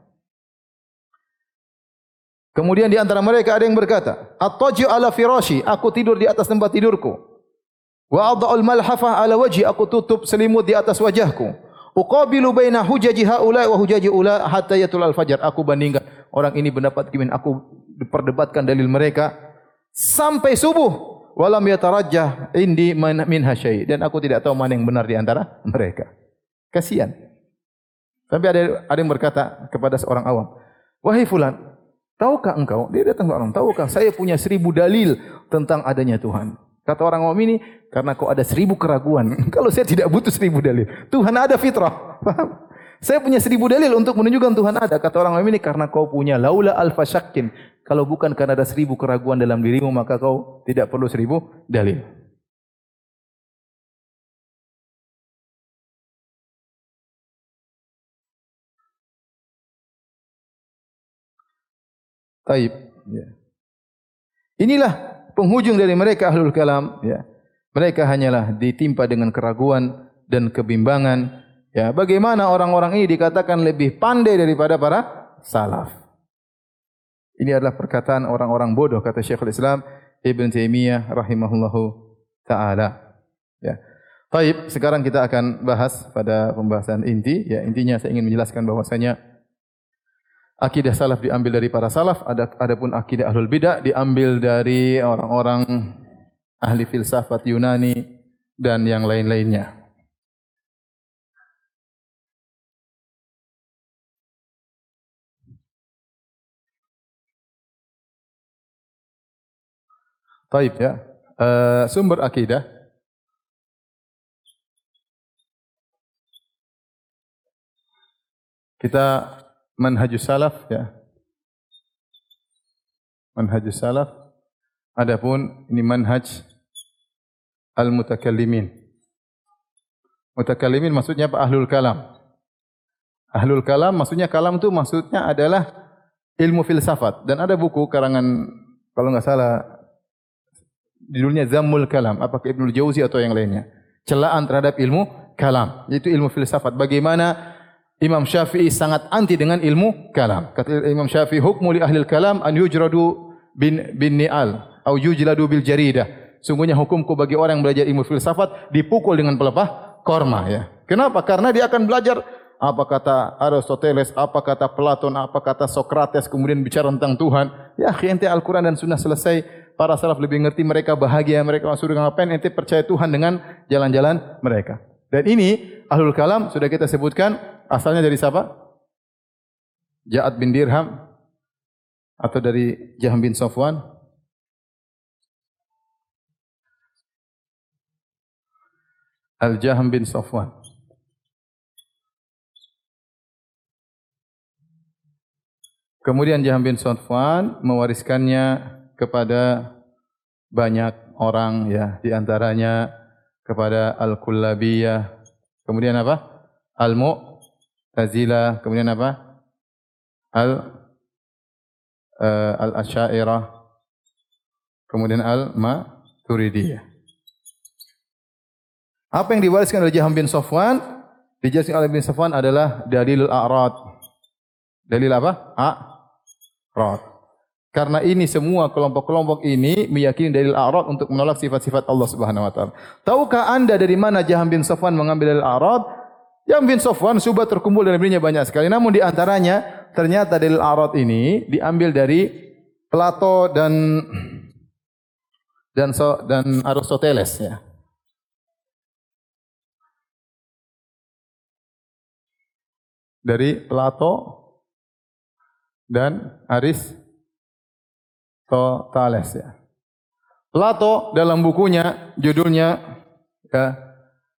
Kemudian di antara mereka ada yang berkata, "At-taji ala firashi." Aku tidur di atas tempat tidurku. Wa adha'ul malhafah ala wajhi. Aku tutup selimut di atas wajahku. Uqabilu baina hujaji haula wa hujaji ula hatta yatul al-fajar. Aku bandingkan orang ini pendapat kimin, aku perdebatkan dalil mereka sampai subuh. Walam yatarajjah indi min hasyai. Dan aku tidak tahu mana yang benar di antara mereka. Kasihan. Sampai ada yang berkata kepada seorang awam, "Wahai fulan, tahukah engkau?" Dia datang ke orang, "Tahukah saya punya 1000 dalil tentang adanya Tuhan?" Kata orang awam ini, "Karena kau ada 1000 keraguan." Kalau saya tidak butuh 1000 dalil. Tuhan ada, fitrah. Paham? Saya punya 1000 dalil untuk menunjukkan Tuhan ada. Kata orang awam ini, "Karena kau punya laula alfa syakkin." Kalau bukan karena ada 1000 keraguan dalam dirimu, maka kau tidak perlu 1000 dalil. Taib. Ya. Inilah penghujung dari mereka ahlul kalam. Ya. Mereka hanyalah ditimpa dengan keraguan dan kebimbangan. Ya. Bagaimana orang-orang ini dikatakan lebih pandai daripada para salaf. Ini adalah perkataan orang-orang bodoh, kata Syekhul Islam Ibn Taimiyah rahimahullahu ta'ala. Ya. Taib, sekarang kita akan bahas pada pembahasan inti. Ya, intinya saya ingin menjelaskan bahwasanya akidah salaf diambil dari para salaf, adapun akidah ahlul bidah diambil dari orang-orang ahli filsafat Yunani dan yang lain-lainnya. Taib ya. Sumber akidah kita manhajus salaf ya. Manhajus salaf. Adapun ini manhaj al-mutakallimin. Mutakallimin maksudnya apa? Ahlul kalam. Ahlul kalam maksudnya kalam itu maksudnya adalah ilmu filsafat dan ada buku karangan kalau enggak salah judulnya Zammul Kalam, apakah Ibnul Jauzi atau yang lainnya. Celaan terhadap ilmu kalam, yaitu ilmu filsafat. Bagaimana Imam Syafi'i sangat anti dengan ilmu kalam. Kata Imam Syafi'i, hukmu li ahlil kalam an yujradu bin ni'al atau yujladu bil jaridah. Sungguhnya hukumku bagi orang yang belajar ilmu filsafat dipukul dengan pelepah korma ya. Kenapa? Karena dia akan belajar apa kata Aristoteles, apa kata Platon, apa kata Socrates, kemudian bicara tentang Tuhan. Ya, ente Al-Quran dan Sunnah selesai. Para salaf lebih ngerti, mereka bahagia, mereka masuk surga, ngapain ente percaya Tuhan dengan jalan-jalan mereka. Dan ini ahlul kalam sudah kita sebutkan asalnya dari siapa? Ja'ad bin Dirham atau dari Jahm bin Safwan. Al-Jahm bin Safwan. Kemudian Jahm bin Safwan mewariskannya kepada banyak orang ya, di antaranya kepada Al-Kullabiyah, kemudian apa? Al-Mu'tazilah, kemudian apa? Al-Asy'ariyah, kemudian Al-Maturidiyah. Apa yang diwariskan oleh Jahm bin Safwan? Dijelaskan oleh bin Safwan adalah dalilul a'rad. Dalil apa? A'rad. Karena ini semua kelompok-kelompok ini meyakini dalil a'rad untuk menolak sifat-sifat Allah Subhanahu wa taala. Tahukah Anda dari mana Jahm bin Safwan mengambil dalil a'rad? Jahm bin Safwan subhat terkumpul dari dirinya banyak sekali. Namun di antaranya ternyata dalil a'rad ini diambil dari Plato dan Aristoteles ya. Dari Plato dan Aristoteles ya. Plato dalam bukunya judulnya ya,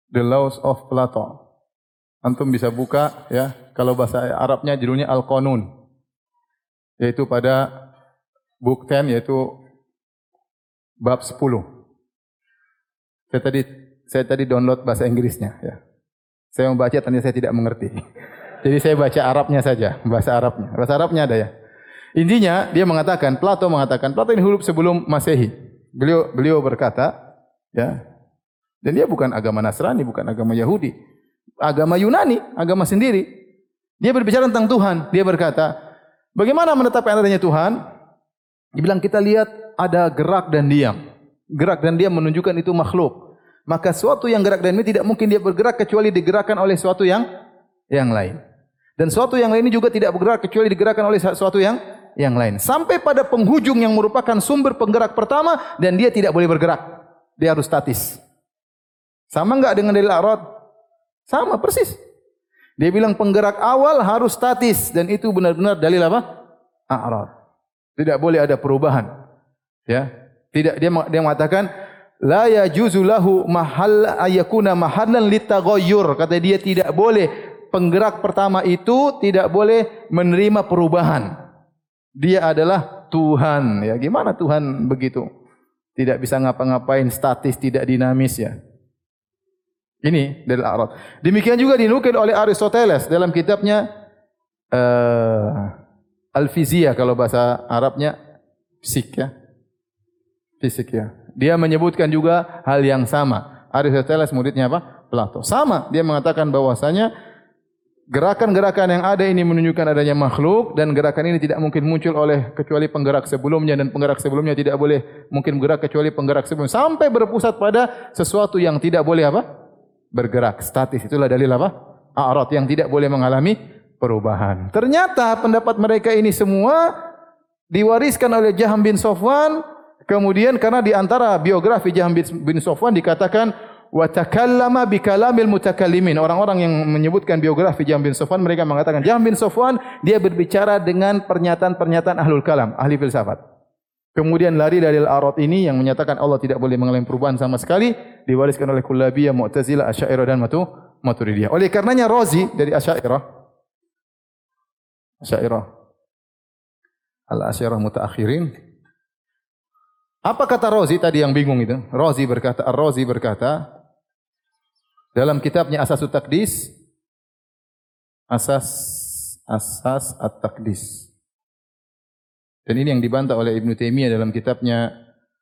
The Laws of Plato. Antum bisa buka ya, kalau bahasa Arabnya judulnya Al-Qanun. Yaitu pada book 10 yaitu bab 10. Saya tadi download bahasa Inggrisnya ya. Saya membaca ternyata saya tidak mengerti. Jadi saya baca Arabnya saja, bahasa Arabnya. Bahasa Arabnya ada ya. Intinya dia mengatakan, Plato ini hidup sebelum Masehi. Beliau berkata, ya. Dan dia bukan agama Nasrani, bukan agama Yahudi. Agama Yunani, agama sendiri. Dia berbicara tentang Tuhan. Dia berkata, bagaimana menetapkan adanya Tuhan? Dia bilang kita lihat ada gerak dan diam. Gerak dan diam menunjukkan itu makhluk. Maka suatu yang gerak dan diam tidak mungkin dia bergerak kecuali digerakkan oleh suatu yang lain. Dan suatu yang lain ini juga tidak bergerak kecuali digerakkan oleh suatu yang lain. Sampai pada penghujung yang merupakan sumber penggerak pertama dan dia tidak boleh bergerak. Dia harus statis. Sama enggak dengan dalil a'rad? Sama persis. Dia bilang penggerak awal harus statis dan itu benar-benar dalil apa? A'rad. Tidak boleh ada perubahan. Ya. Tidak dia mengatakan la yajuzu lahu mahal ayakuna mahallan litaghayyur. Kata dia tidak boleh penggerak pertama itu tidak boleh menerima perubahan. Dia adalah Tuhan. Ya, gimana Tuhan begitu? Tidak bisa ngapa-ngapain, statis, tidak dinamis ya. Ini dari A'rad. Demikian juga dinukil oleh Aristoteles dalam kitabnya Al-Fiziyah kalau bahasa Arabnya fisik ya. Fisik ya. Dia menyebutkan juga hal yang sama. Aristoteles muridnya apa? Plato. Sama, dia mengatakan bahwasanya gerakan-gerakan yang ada ini menunjukkan adanya makhluk dan gerakan ini tidak mungkin muncul oleh kecuali penggerak sebelumnya dan penggerak sebelumnya tidak boleh mungkin bergerak kecuali penggerak sebelumnya sampai berpusat pada sesuatu yang tidak boleh apa? Bergerak, statis. Itulah dalil apa? A'rad yang tidak boleh mengalami perubahan. Ternyata pendapat mereka ini semua diwariskan oleh Jaham bin Safwan. Kemudian karena di antara biografi Jaham bin Safwan dikatakan wa takallama bi kalamil mutakallimin. Orang-orang yang menyebutkan biografi Jaham bin Safwan mereka mengatakan Jaham bin Safwan dia berbicara dengan pernyataan-pernyataan ahlul kalam, ahli filsafat. Kemudian lari dari al-A'rad ini yang menyatakan Allah tidak boleh mengalami perubahan sama sekali diwariskan oleh Kullabiyah, Mu'tazilah, Asy'ariyah dan Maturidiyah. Oleh karenanya Razi dari Asy'ariyah al-Asy'ariyah mutaakhirin. Apa kata Razi tadi yang bingung itu? Razi berkata dalam kitabnya Asasut Taqdis, Asas At-Taqdis. Dan ini yang dibantah oleh Ibnu Taimiyah dalam kitabnya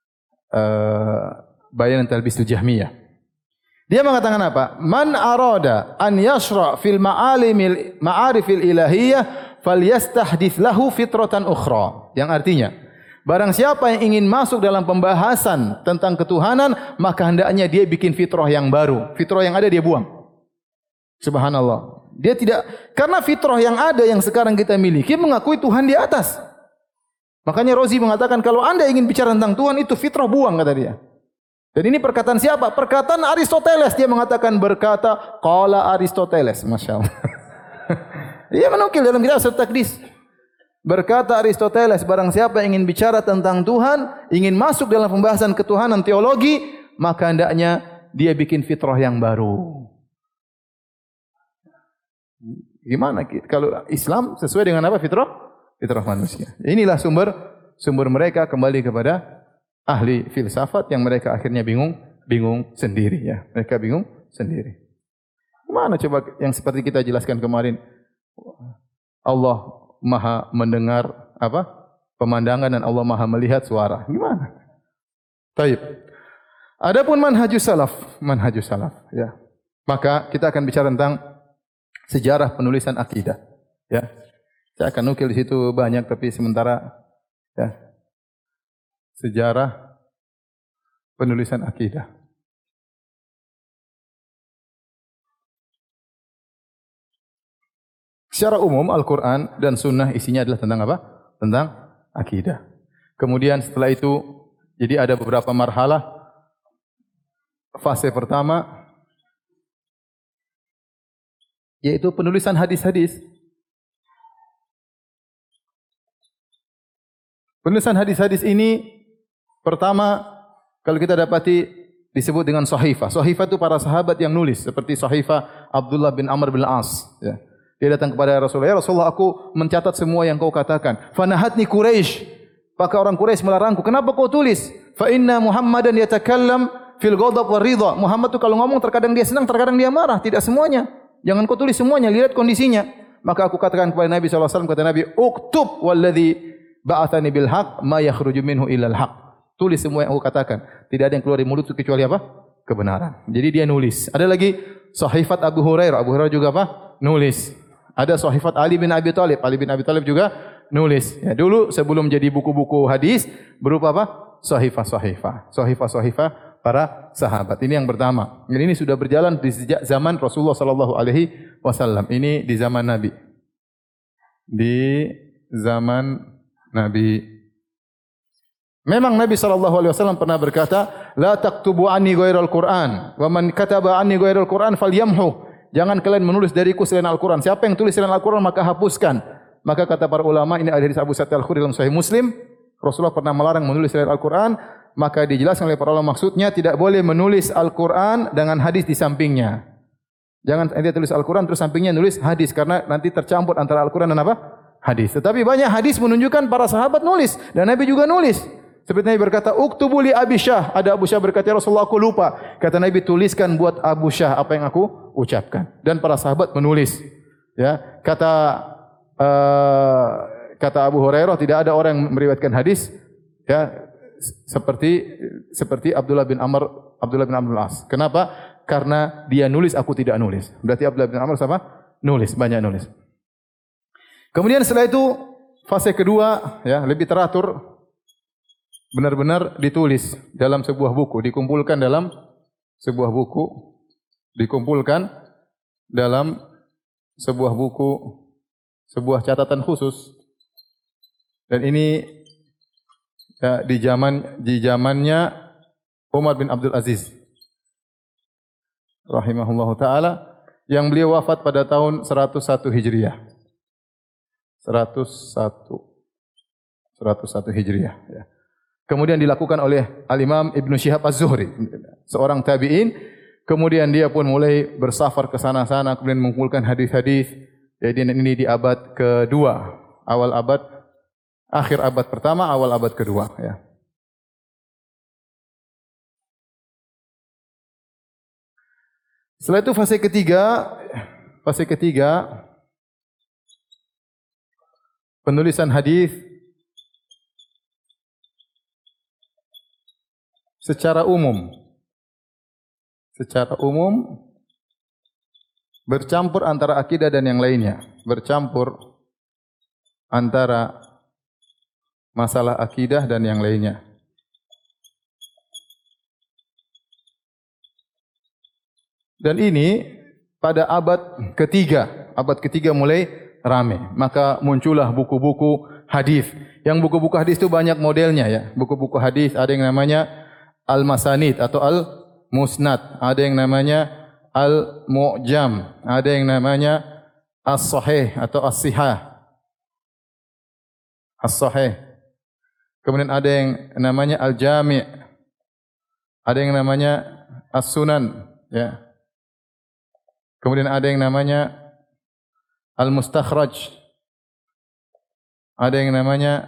Bayan Talbisul Jahmiyah. Dia mengatakan apa? Man arada an yashra fil ma'arifil ilahiyah falyastahdits lahu fitratan ukhra. Yang artinya, barang siapa yang ingin masuk dalam pembahasan tentang ketuhanan, maka hendaknya dia bikin fitrah yang baru. Fitrah yang ada dia buang. Subhanallah. Dia tidak, karena fitrah yang ada yang sekarang kita miliki mengakui Tuhan di atas. Makanya Razi mengatakan kalau anda ingin bicara tentang Tuhan itu fitrah buang kata dia. Dan ini perkataan siapa? Perkataan Aristoteles. Dia mengatakan berkata qala Aristoteles. Masya Allah. Dia menukil dalam kitab Asasut Taqdis. Berkata Aristoteles, barang siapa yang ingin bicara tentang Tuhan, ingin masuk dalam pembahasan ketuhanan teologi, maka hendaknya dia bikin fitrah yang baru. Gimana kalau Islam sesuai dengan apa fitrah? Fitrah manusia. Inilah sumber mereka kembali kepada ahli filsafat yang mereka akhirnya bingung sendiri ya. Mereka bingung sendiri. Mana coba yang seperti kita jelaskan kemarin? Allah Maha mendengar apa? Pemandangan dan Allah Maha melihat suara. Gimana? Taib. Adapun manhajus salaf ya. Maka kita akan bicara tentang sejarah penulisan akidah ya. Saya akan nukil di situ banyak tapi sementara ya. Sejarah penulisan akidah. Secara umum Al-Quran dan Sunnah isinya adalah tentang apa? Tentang akidah. Kemudian setelah itu, jadi ada beberapa marhalah. Fase pertama, yaitu penulisan hadis-hadis. Penulisan hadis-hadis ini, pertama, kalau kita dapati disebut dengan sahifah. Sahifah itu para sahabat yang nulis, seperti sahifah Abdullah bin Amr bin As. Ya. Dia datang kepada Rasulullah, ya Rasulullah, aku mencatat semua yang kau katakan. Fanahatni Quraisy, maka orang Quraisy melarangku. Kenapa kau tulis? Fa inna Muhammadan yatakallam fil ghadab war ridha. Muhammad itu kalau ngomong terkadang dia senang, terkadang dia marah, tidak semuanya. Jangan kau tulis semuanya, lihat kondisinya. Maka aku katakan kepada Nabi SAW, kata Nabi, uktub walladhi ba'athani bil haq ma yakhruju minhu illal haq. Tulis semua yang aku katakan. Tidak ada yang keluar dari mulutku kecuali apa? Kebenaran. Jadi dia nulis. Ada lagi sahifat Abu Hurairah. Abu Hurairah juga apa? Nulis. Ada sahifat Ali bin Abi Thalib. Ali bin Abi Thalib juga nulis. Ya, dulu sebelum jadi buku-buku hadis berupa apa? Sahifah-sahifah. Sahifah-sahifah para sahabat. Ini yang pertama. Dan ini sudah berjalan di sejak zaman Rasulullah sallallahu alaihi wasallam. Ini di zaman Nabi. Di zaman Nabi. Memang Nabi SAW pernah berkata, La taktubu anni ghairal Qur'an, wa man kataba anni ghairal Qur'an falyamhu. Jangan kalian menulis dariku selain Al-Quran. Siapa yang tulis selain Al-Quran maka hapuskan. Maka kata para ulama, ini ada hadis Abu Sa'id Al-Khudri dalam Sahih Muslim, Rasulullah pernah melarang menulis selain Al-Quran, maka dijelaskan oleh para ulama maksudnya tidak boleh menulis Al-Quran dengan hadis di sampingnya. Jangan ente tulis Al-Quran terus sampingnya nulis hadis, karena nanti tercampur antara Al-Quran dan apa? Hadis. Tetapi banyak hadis menunjukkan para sahabat nulis dan Nabi juga nulis. Seperti Nabi berkata, "Uktubu li Abi Syah." Ada Abu Syah berkata, "Ya Rasulullah, aku lupa." Kata Nabi, "Tuliskan buat Abu Syah apa yang aku ucapkan." Dan para sahabat menulis. Ya, kata Abu Hurairah, tidak ada orang yang meriwayatkan hadis ya seperti Abdullah bin Amr bin As. Kenapa? Karena dia nulis, aku tidak nulis. Berarti Abdullah bin Amr sama? Nulis, banyak nulis. Kemudian setelah itu fase kedua ya, lebih teratur. Benar-benar ditulis dalam sebuah buku, dikumpulkan dalam sebuah buku, sebuah catatan khusus. Dan ini ya, di zamannya Umar bin Abdul Aziz rahimahullahu taala, yang beliau wafat pada tahun 101 Hijriah. 101 Hijriah ya. Kemudian dilakukan oleh Al-Imam Ibnu Syihab Az-Zuhri, seorang tabi'in. Kemudian dia pun mulai bersafar ke sana-sana, kemudian mengumpulkan hadis-hadis. Jadi ini di abad kedua, akhir abad pertama, awal abad kedua. Ya. Setelah itu fase ketiga penulisan hadis secara umum bercampur antara akidah dan yang lainnya, bercampur antara masalah akidah dan yang lainnya. Dan ini pada abad ketiga mulai ramai, maka muncullah buku-buku hadis. Yang buku-buku hadis itu banyak modelnya ya. Buku-buku hadis ada yang namanya Al-Masanid atau Al-Musnad, ada yang namanya Al-Mu'jam, ada yang namanya As-Sahih atau As-Sihah. As-Sahih. Kemudian ada yang namanya Al-Jami', ada yang namanya As-Sunan, ya. Kemudian ada yang namanya Al-Mustakhraj, ada yang namanya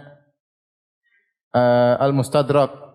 Al-Mustadrak.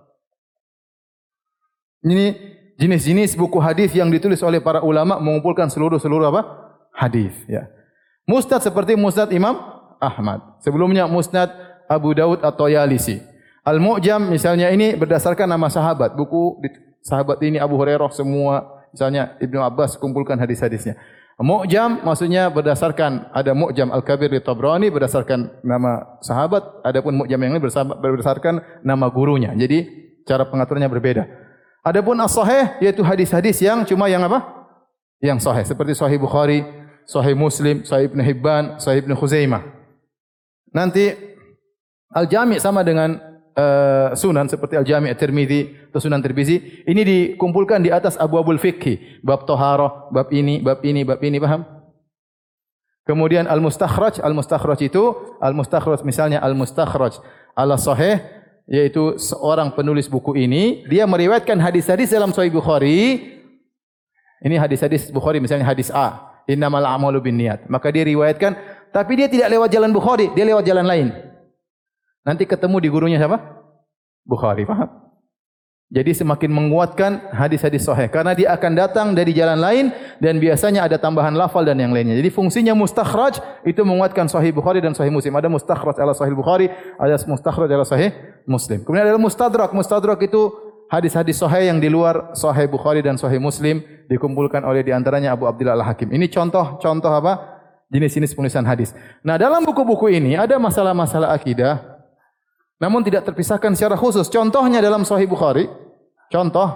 Ini jenis-jenis buku hadis yang ditulis oleh para ulama mengumpulkan seluruh apa? Hadis, ya. Musnad seperti Musnad Imam Ahmad. Sebelumnya Musnad Abu Daud atau Yalisi. Al-Mu'jam misalnya ini berdasarkan nama sahabat. Buku sahabat ini Abu Hurairah semua, misalnya Ibnu Abbas kumpulkan hadis-hadisnya. Mu'jam maksudnya berdasarkan, ada Mu'jam Al-Kabir di Tabrani berdasarkan nama sahabat, adapun Mu'jam yang lain berdasarkan nama gurunya. Jadi cara pengaturannya berbeda. Adapun as-sahih yaitu hadis-hadis yang cuma yang apa? Yang sahih, seperti Sahih Bukhari, Sahih Muslim, Sahih Ibnu Hibban, Sahih Ibnu Khuzaimah. Nanti Al-Jami' sama dengan sunan seperti Al-Jami' At-Tirmidzi atau Sunan Tirmizi. Ini dikumpulkan di atas abwabul fiqh, bab taharah, bab ini, paham? Kemudian Al-Mustakhraj itu, Al-Mustakhraj misalnya Al-Mustakhraj ala Sahih yaitu seorang penulis buku ini, dia meriwayatkan hadis-hadis dalam Sahih Bukhari. Ini hadis-hadis Bukhari, misalnya hadis A, innamal a'malu binniyat. Maka dia riwayatkan, tapi dia tidak lewat jalan Bukhari, dia lewat jalan lain. Nanti ketemu di gurunya siapa? Bukhari, paham? Jadi semakin menguatkan hadis-hadis sahih karena dia akan datang dari jalan lain dan biasanya ada tambahan lafal dan yang lainnya. Jadi fungsinya mustakhraj itu menguatkan Sahih Bukhari dan Sahih Muslim. Ada mustakhraj ala Sahih Bukhari, ada mustakhraj ala Sahih Muslim. Kemudian ada mustadrak. Mustadrak itu hadis-hadis sahih yang di luar Sahih Bukhari dan Sahih Muslim dikumpulkan oleh di antaranya Abu Abdillah Al-Hakim. Ini contoh apa? Jenis-jenis penulisan hadis. Nah, dalam buku-buku ini ada masalah-masalah akidah, namun tidak terpisahkan secara khusus. Contohnya dalam Sahih Bukhari. Contoh.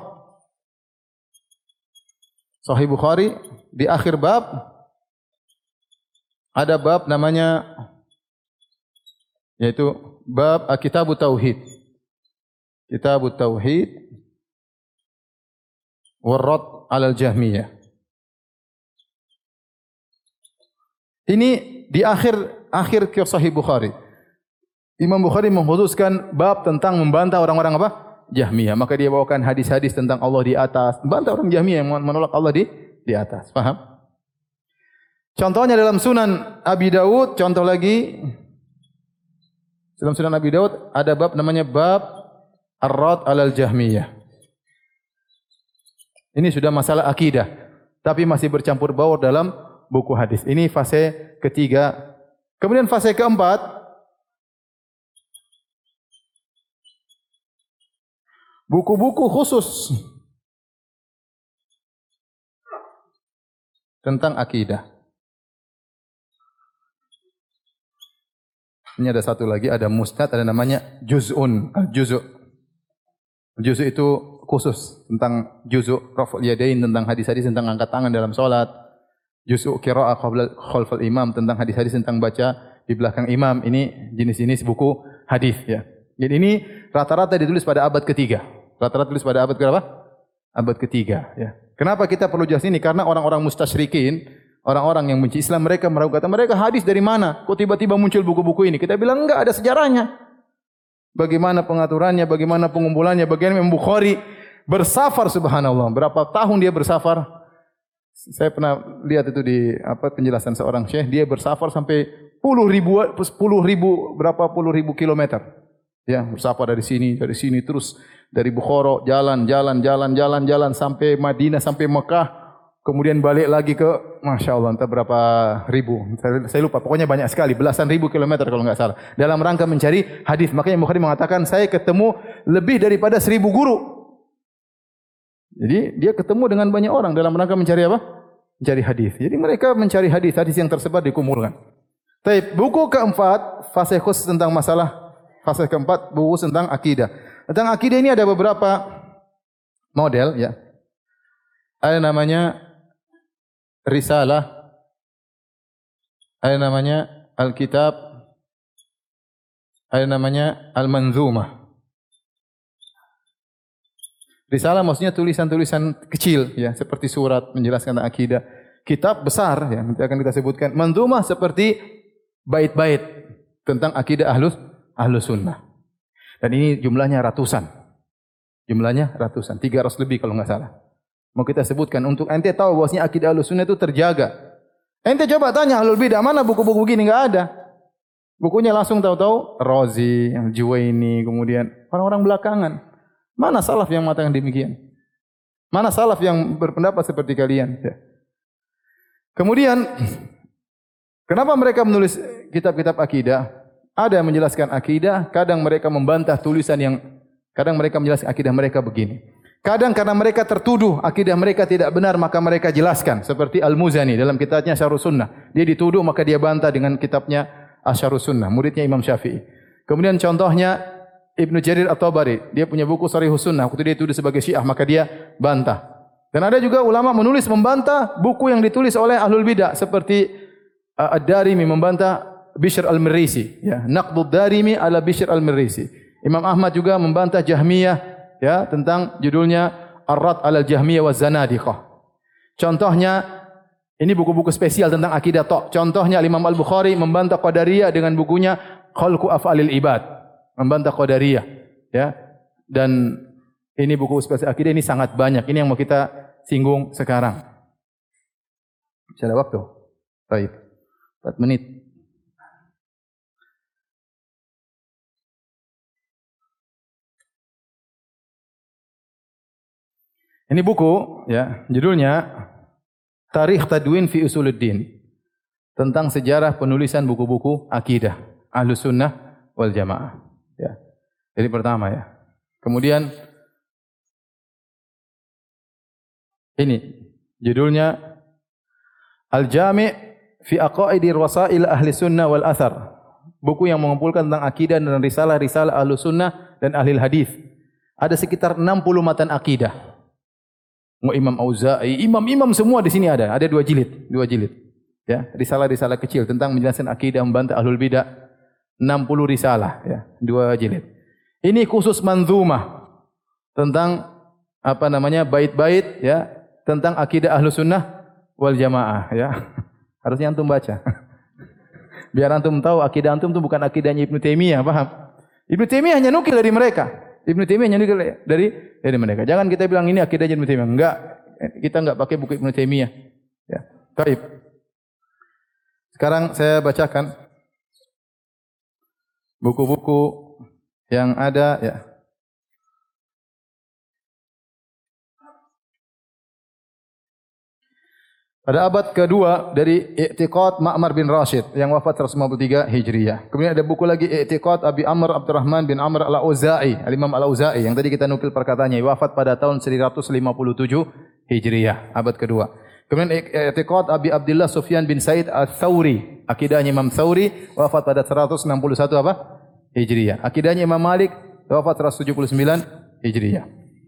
Sahih Bukhari di akhir bab ada bab namanya yaitu bab Kitabut Tauhid. Kitabut Tauhid warad 'alal Jahmiyah. Ini di akhir Sahih Bukhari. Imam Bukhari mengkhususkan bab tentang membantah orang-orang apa? Jahmiyah. Maka dia bawakan hadis-hadis tentang Allah di atas. Membantah orang Jahmiyah yang menolak Allah di atas. Paham? Contohnya dalam Sunan Abi Dawud, contoh lagi. Dalam Sunan Abi Dawud ada bab namanya bab Ar-Rad 'alal Jahmiyah. Ini sudah masalah akidah, tapi masih bercampur baur dalam buku hadis. Ini fase ketiga. Kemudian fase keempat, buku-buku khusus tentang akidah. Ini ada satu lagi, ada musnad, ada namanya juz'un, al-juz'. Juz' itu khusus tentang juz'u raf'ul yadain, tentang hadis-hadis tentang angkat tangan dalam salat. Juz'u qira'ah khalfal imam, tentang hadis-hadis tentang baca di belakang imam. Ini jenis-jenis buku hadis ya. Jadi ini rata-rata ditulis pada abad ketiga. Rata-rata tulis pada abad berapa? Abad ketiga. Ya. Kenapa kita perlu jelas ini? Karena orang-orang mustasyrikin, orang-orang yang benci Islam, mereka meragukan, mereka hadis dari mana? Kok tiba-tiba muncul buku-buku ini? Kita bilang enggak, ada sejarahnya. Bagaimana pengaturannya, bagaimana pengumpulannya, bagaimana Imam Bukhari bersafar, subhanallah. Berapa tahun dia bersafar? Saya pernah lihat itu di penjelasan seorang syekh, dia bersafar sampai puluh ribu kilometer. Ya, bersafar dari sini terus dari Bukhara jalan sampai Madinah, sampai Mekah, kemudian balik lagi ke Masya Allah entah berapa ribu, saya lupa, pokoknya banyak sekali, belasan ribu kilometer kalau enggak salah, dalam rangka mencari hadis. Makanya Bukhari mengatakan, saya ketemu lebih daripada 1000 guru. Jadi dia ketemu dengan banyak orang dalam rangka mencari apa? Mencari hadis. Jadi mereka mencari hadis yang tersebar dikumpulkan. Tapi buku keempat, fase khusus tentang masalah, fase keempat buku tentang akidah. Tentang akidah ini ada beberapa model ya. Ada namanya Risalah, ada namanya Alkitab, ada namanya Al-Manzumah. Risalah maksudnya tulisan-tulisan kecil ya, seperti surat menjelaskan tentang akidah. Kitab besar ya, nanti akan kita sebutkan. Manzumah seperti bait-bait tentang akidah ahlus sunnah. Dan ini jumlahnya ratusan. 300 lebih kalau enggak salah. Mau kita sebutkan untuk ente tahu bahwasanya akidah ahlus sunnah itu terjaga. Ente coba tanya ahlul bidah, mana buku-buku gini? Enggak ada. Bukunya langsung tahu-tahu Razi, Juwaini, kemudian orang-orang belakangan. Mana salaf yang mengatakan demikian? Mana salaf yang berpendapat seperti kalian? Ya. Kemudian, kenapa mereka menulis kitab-kitab akidah? Ada yang menjelaskan akidah, kadang mereka membantah tulisan yang, kadang mereka menjelaskan akidah mereka begini. Kadang karena mereka tertuduh akidah mereka tidak benar, maka mereka jelaskan. Seperti Al-Muzani dalam kitabnya Syarhus Sunnah. Dia dituduh maka dia bantah dengan kitabnya Syarhus Sunnah, muridnya Imam Syafi'i. Kemudian contohnya Ibnu Jarir At-Tabari, dia punya buku Sharihus Sunnah. Waktu dia dituduh sebagai Syiah, maka dia bantah. Dan ada juga ulama menulis membantah buku yang ditulis oleh ahlul bidah, seperti Ad-Darimi membantah Bishr Al-Mirrisi, ya, Naqdud Darimi ala Bishr Al-Mirrisi. Imam Ahmad juga membantah Jahmiyah, ya, tentang judulnya Ar-Rad 'alal Jahmiyah wa Zanadiqah. Contohnya ini buku-buku spesial tentang akidah tok. Contohnya Imam Al-Bukhari membantah Qadariyah dengan bukunya Khalqu Af'alil Ibad, membantah Qadariyah. ya. Dan ini buku spesial akidah ini sangat banyak. Ini yang mau kita singgung sekarang. Masih ada waktu? Baik. 4 menit. Ini buku, ya, judulnya Tarikh Tadwin fi Usuluddin. Tentang sejarah penulisan buku-buku akidah Ahlus Sunnah wal Jamaah. Ya. Jadi pertama ya. Kemudian ini judulnya Al-Jami' fi Aqaidir Wasail Ahli Sunnah wal Athar. Buku yang mengumpulkan tentang akidah dan risalah-risalah Ahlus Sunnah dan Ahli Hadis. Ada sekitar 60 matan akidah. Mau Imam Auza'i, imam-imam semua di sini ada. Ada 2 jilid, 2 jilid. Ya, risalah-risalah kecil tentang menjelaskan akidah, membantah ahlul bidah. 60 risalah, ya, 2 jilid. Ini khusus manzumah tentang apa namanya? Bait-bait, ya, tentang akidah Ahlus Sunnah wal Jamaah, ya. Harusnya antum baca. Biar antum tahu akidah antum itu bukan akidahnya Ibnu Taimiyah, paham? Ibnu Taimiyah hanya nukil dari mereka. Ibnu Taimiyah hanya nukil dari mereka. Jangan kita bilang ini akidahnya Ibnu Taimiyah. Enggak, kita enggak pakai buku Ibnu Taimiyah. Ya. Baik. Sekarang saya bacakan buku-buku yang ada, ya. Pada abad kedua dari I'tiqad Ma'mar bin Rashid yang wafat 153 Hijriyah. Kemudian ada buku lagi I'tiqad Abi Amr Abdurrahman bin Amr Al-Auza'i, Al-Imam Al-Auza'i yang tadi kita nukil perkataannya, wafat pada tahun 157 Hijriyah, abad kedua. Kemudian I'tiqad Abi Abdullah Sufyan bin Said Al-Thawri, akidahnya Imam Thawri, wafat pada 161 apa? Hijriyah. Akidahnya Imam Malik, wafat 179 Hijriyah.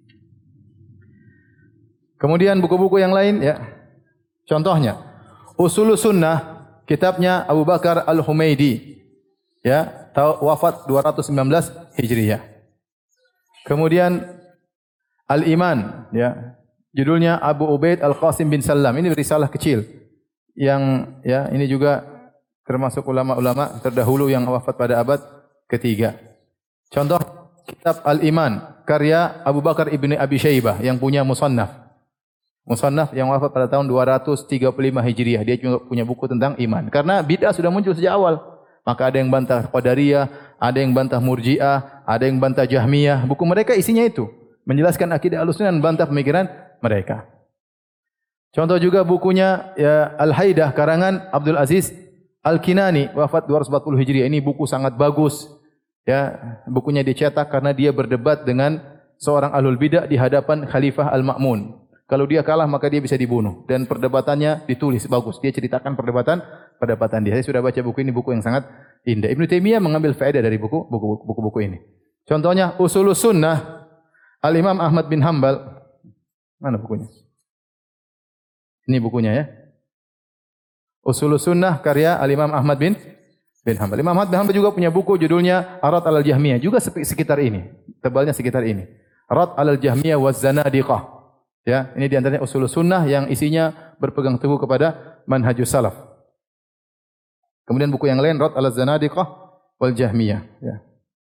Kemudian buku-buku yang lain, ya. Contohnya, Usulus Sunnah, kitabnya Abu Bakar Al-Humaidi, ya, wafat 219 Hijriyah. Kemudian Al-Iman, ya, judulnya Abu Ubaid Al-Qasim bin Salam. Ini risalah kecil yang, ya, ini juga termasuk ulama-ulama terdahulu yang wafat pada abad ketiga. Contoh kitab Al-Iman karya Abu Bakar ibni Abi Syaibah yang punya Musannaf. Musannaf yang wafat pada tahun 235 Hijriah. Dia juga punya buku tentang iman. Karena bid'ah sudah muncul sejak awal. Maka ada yang bantah Qadariyah, ada yang bantah Murji'ah, ada yang bantah Jahmiyah. Buku mereka isinya itu. Menjelaskan akidah Ahlussunnah dan bantah pemikiran mereka. Contoh juga bukunya, ya, Al-Haidah karangan Abdul Aziz Al-Kinani, wafat 240 Hijriah. Ini buku sangat bagus. Ya, bukunya dicetak karena dia berdebat dengan seorang ahlul bidah di hadapan Khalifah Al-Ma'mun. Kalau dia kalah maka dia bisa dibunuh, dan perdebatannya ditulis bagus. Dia ceritakan perdebatan dia. Saya sudah baca buku ini, buku yang sangat indah. Ibnu Taimiyah mengambil faedah dari buku-buku ini. Contohnya Usulus Sunnah Al-Imam Ahmad bin Hanbal. Mana bukunya? Ini bukunya, ya. Usulus Sunnah karya Al-Imam Ahmad bin Hanbal. Imam Ahmad bin Hanbal juga punya buku judulnya Ar-Rad 'alal Jahmiyah, juga sekitar ini. Tebalnya sekitar ini. Ar-Rad 'alal Jahmiyah waz Zanadiqah. Ya, ini di antaranya Usulus Sunnah yang isinya berpegang teguh kepada manhajus salaf. Kemudian buku yang lain Rad 'alal Zanadiqah wal Jahmiyah, ya.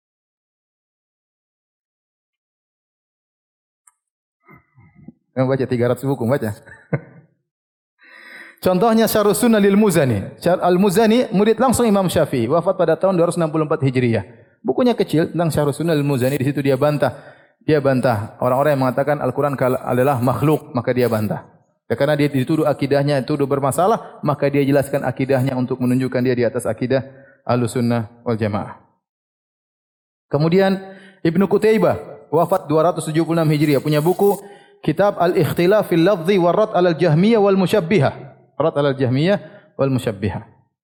Yang baca 300 buku baca. Contohnya Syarhus Sunnah lil Muzani. Al-Muzani murid langsung Imam Syafi'i, wafat pada tahun 264 Hijriah. Bukunya kecil tentang Syarhus Sunnah lil Muzani. Di situ dia bantah orang-orang yang mengatakan Al-Quran adalah makhluk, maka dia bantah. Ya, karena dia dituduh akidahnya dituduh bermasalah, maka dia jelaskan akidahnya untuk menunjukkan dia di atas akidah Ahlussunnah wal Jamaah. Kemudian Ibnu Qutaibah, wafat 276 Hijriah, punya buku Kitab Al-Ikhtilaf fil Lafzi wa Rad 'alal Jahmiyah wal Musyabbihah. Rad 'alal Jahmiyah wal Musyabbihah.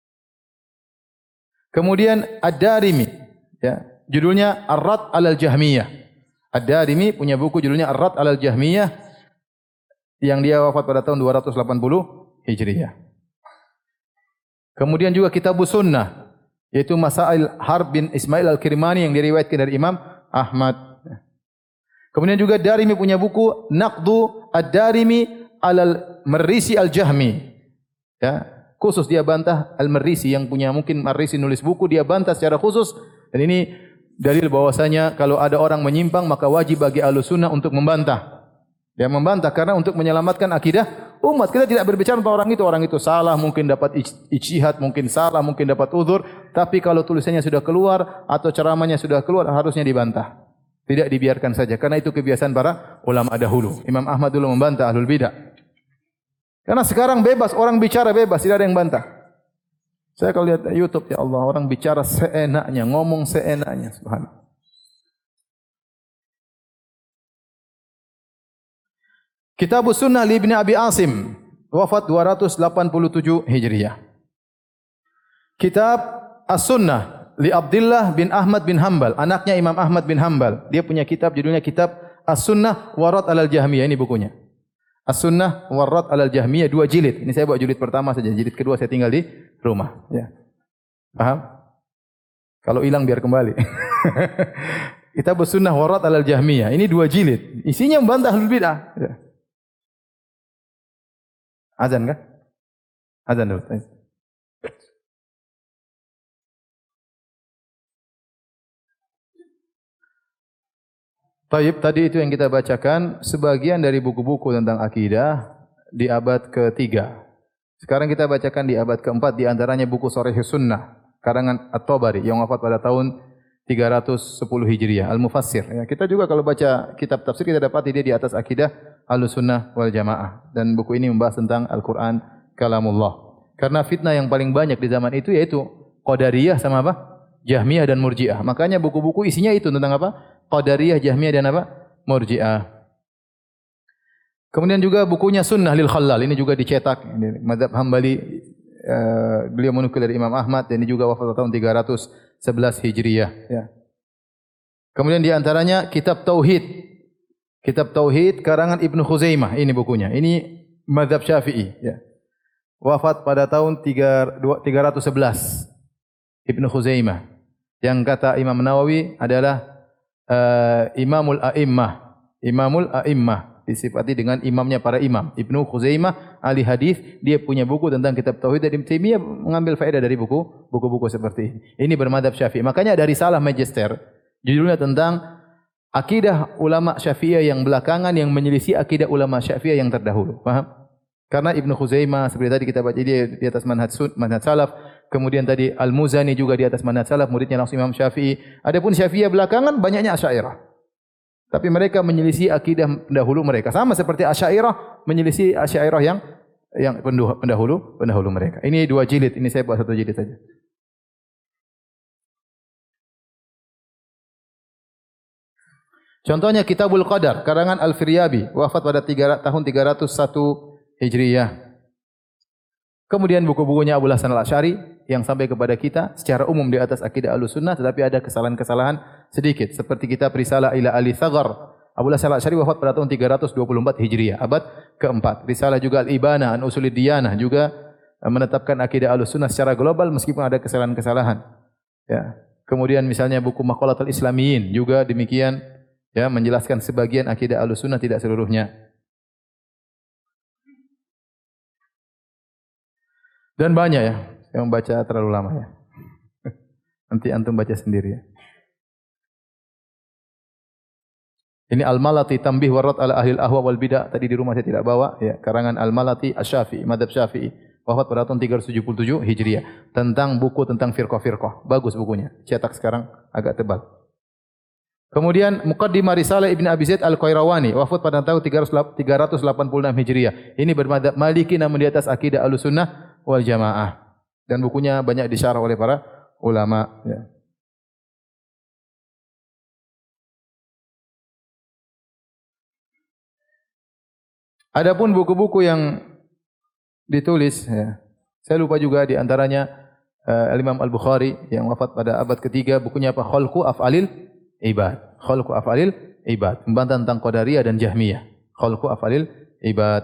Kemudian Ad-Darimi, ya, judulnya Ar-Rad 'alal Jahmiyah. Ad-Darimi punya buku judulnya Ar-Rad 'alal Jahmiyah yang dia wafat pada tahun 280 Hijriah. Kemudian juga Kitabus Sunnah, yaitu Masail Harb bin Ismail Al-Kirmani yang diriwayatkan dari Imam Ahmad. Kemudian juga Darimi punya buku Naqdu Ad-Darimi 'alal Marrisi Al-Jahmi. Ya, khusus dia bantah Al-Marrisi yang punya, mungkin Marrisi nulis buku dia bantah secara khusus, dan ini dalil bahwasanya kalau ada orang menyimpang maka wajib bagi Ahlussunnah untuk membantah. Dia membantah karena untuk menyelamatkan akidah umat. Kita tidak berbicara tentang orang itu salah, mungkin dapat ijtihad, mungkin salah, mungkin dapat uzur, tapi kalau tulisannya sudah keluar atau ceramahnya sudah keluar harusnya dibantah. Tidak dibiarkan saja karena itu kebiasaan para ulama dahulu. Imam Ahmad dulu membantah ahlul bidah. Karena sekarang bebas, orang bicara bebas, tidak ada yang bantah. Saya kalau lihat YouTube, ya Allah, orang bicara seenaknya, ngomong seenaknya, subhanallah. Kitabus Sunnah li Ibnu Abi Asim, wafat 287 Hijriah. Kitab As-Sunnah li Abdullah bin Ahmad bin Hanbal, anaknya Imam Ahmad bin Hanbal. Dia punya kitab judulnya Kitab As-Sunnah wa Rad 'alal Jahmiyah, ini bukunya. As-Sunnah wa Rad 'alal Jahmiyah, 2 jilid. Ini saya bawa jilid pertama saja, jilid kedua saya tinggal di rumah, ya. Paham? Kalau hilang biar kembali. Kitabus Sunnah wa Rad 'alal Jahmiyah, ini 2 jilid. Isinya membantah ahlul bidah, ya. Azan kah? Azan dulu. Taib, tadi itu yang kita bacakan sebagian dari buku-buku tentang akidah di abad ke-3. Sekarang kita bacakan di abad ke-4, di antaranya buku Sharihus Sunnah karangan At-Tabari yang wafat pada tahun 310 Hijriah, Al-Mufassir. Ya, kita juga kalau baca kitab tafsir kita dapati dia di atas akidah Ahlussunnah wal Jamaah, dan buku ini membahas tentang Al-Qur'an kalamullah. Karena fitnah yang paling banyak di zaman itu yaitu Qadariyah sama apa? Jahmiyah dan Murji'ah. Makanya buku-buku isinya itu tentang apa? Qadariyah, Jahmiyah dan apa? Murji'ah. Kemudian juga bukunya Sunnah lil Khallal, ini juga dicetak. Ini mazhab Hambali, beliau menukil dari Imam Ahmad, dan ini juga wafat tahun 311 Hijriah, ya. Kemudian di antaranya Kitab Tauhid. Kitab Tauhid karangan Ibnu Khuzaimah, ini bukunya. Ini mazhab Syafi'i, ya. Wafat pada tahun 311. Ibnu Khuzaimah. Yang kata Imam Nawawi adalah Imamul A'immah. Imamul A'immah, disifati dengan imamnya para imam. Ibnu Khuzaimah ahli hadis, dia punya buku tentang kitab tauhid, dan Ibnu Taimiyah mengambil faedah dari buku-buku seperti ini. Ini bermadzhab Syafi'i. Makanya ada risalah magister judulnya tentang akidah ulama Syafi'iyah yang belakangan yang menyelisih akidah ulama Syafi'iyah yang terdahulu. Paham? Karena Ibnu Khuzaimah seperti tadi kita baca, dia di atas manhaj salaf. Kemudian tadi Al-Muzani juga di atas manhaj salaf, muridnya langsung Imam Syafi'i. Adapun Syafi'iyah belakangan banyaknya Asy'ariyah. Tapi mereka menyelisih akidah pendahulu mereka. Sama seperti Asy'ariyah menyelisih Asy'ariyah yang pendahulu mereka. Ini 2 jilid, ini saya buat 1 jilid saja. Contohnya Kitabul Qadar karangan Al-Firyabi, wafat pada tahun 301 Hijriyah. Kemudian buku-bukunya Abu Hasan Al-Asy'ari yang sampai kepada kita secara umum di atas akidah Ahlussunnah, tetapi ada kesalahan-kesalahan sedikit, seperti kitab Risalah ila Ali Thaghar. Abu Hasan Al-Asy'ari wafat pada tahun 324 Hijriah, abad ke-4. Risalah juga Al-Ibanah an Usulid Diyanah juga menetapkan akidah Ahlussunnah secara global meskipun ada kesalahan-kesalahan. Ya. Kemudian misalnya buku Maqalatul Islamiyin juga demikian, ya, menjelaskan sebagian akidah Ahlussunnah, tidak seluruhnya. Dan banyak, ya, saya membaca terlalu lama, ya. Nanti antum baca sendiri, ya. Ini Al-Malati Tanbih wa Rad ala Ahlil Ahwa wal Bidah, tadi di rumah saya tidak bawa, ya, karangan Al-Malati Asy-Syafi'i, madzhab Syafi'i, wafat pada tahun 377 Hijriah, tentang buku tentang firqah-firqah. Bagus bukunya, cetak sekarang agak tebal. Kemudian Muqaddimah Risalah Ibn Abi Zaid Al-Qayrawani, wafat pada tahun 386 Hijriah. Ini bermadzhab Maliki namun di atas akidah Ahlussunnah wal Jamaah. Dan bukunya banyak disyarah oleh para ulama, ya. Adapun buku-buku yang ditulis, ya, saya lupa juga di antaranya Al-Imam Al-Bukhari yang wafat pada abad ke-3, bukunya apa? Khalqu Af'alil Ibad. Khalqu Af'alil Ibad, membantah tentang Qadariyah dan Jahmiyah. Khalqu Af'alil Ibad.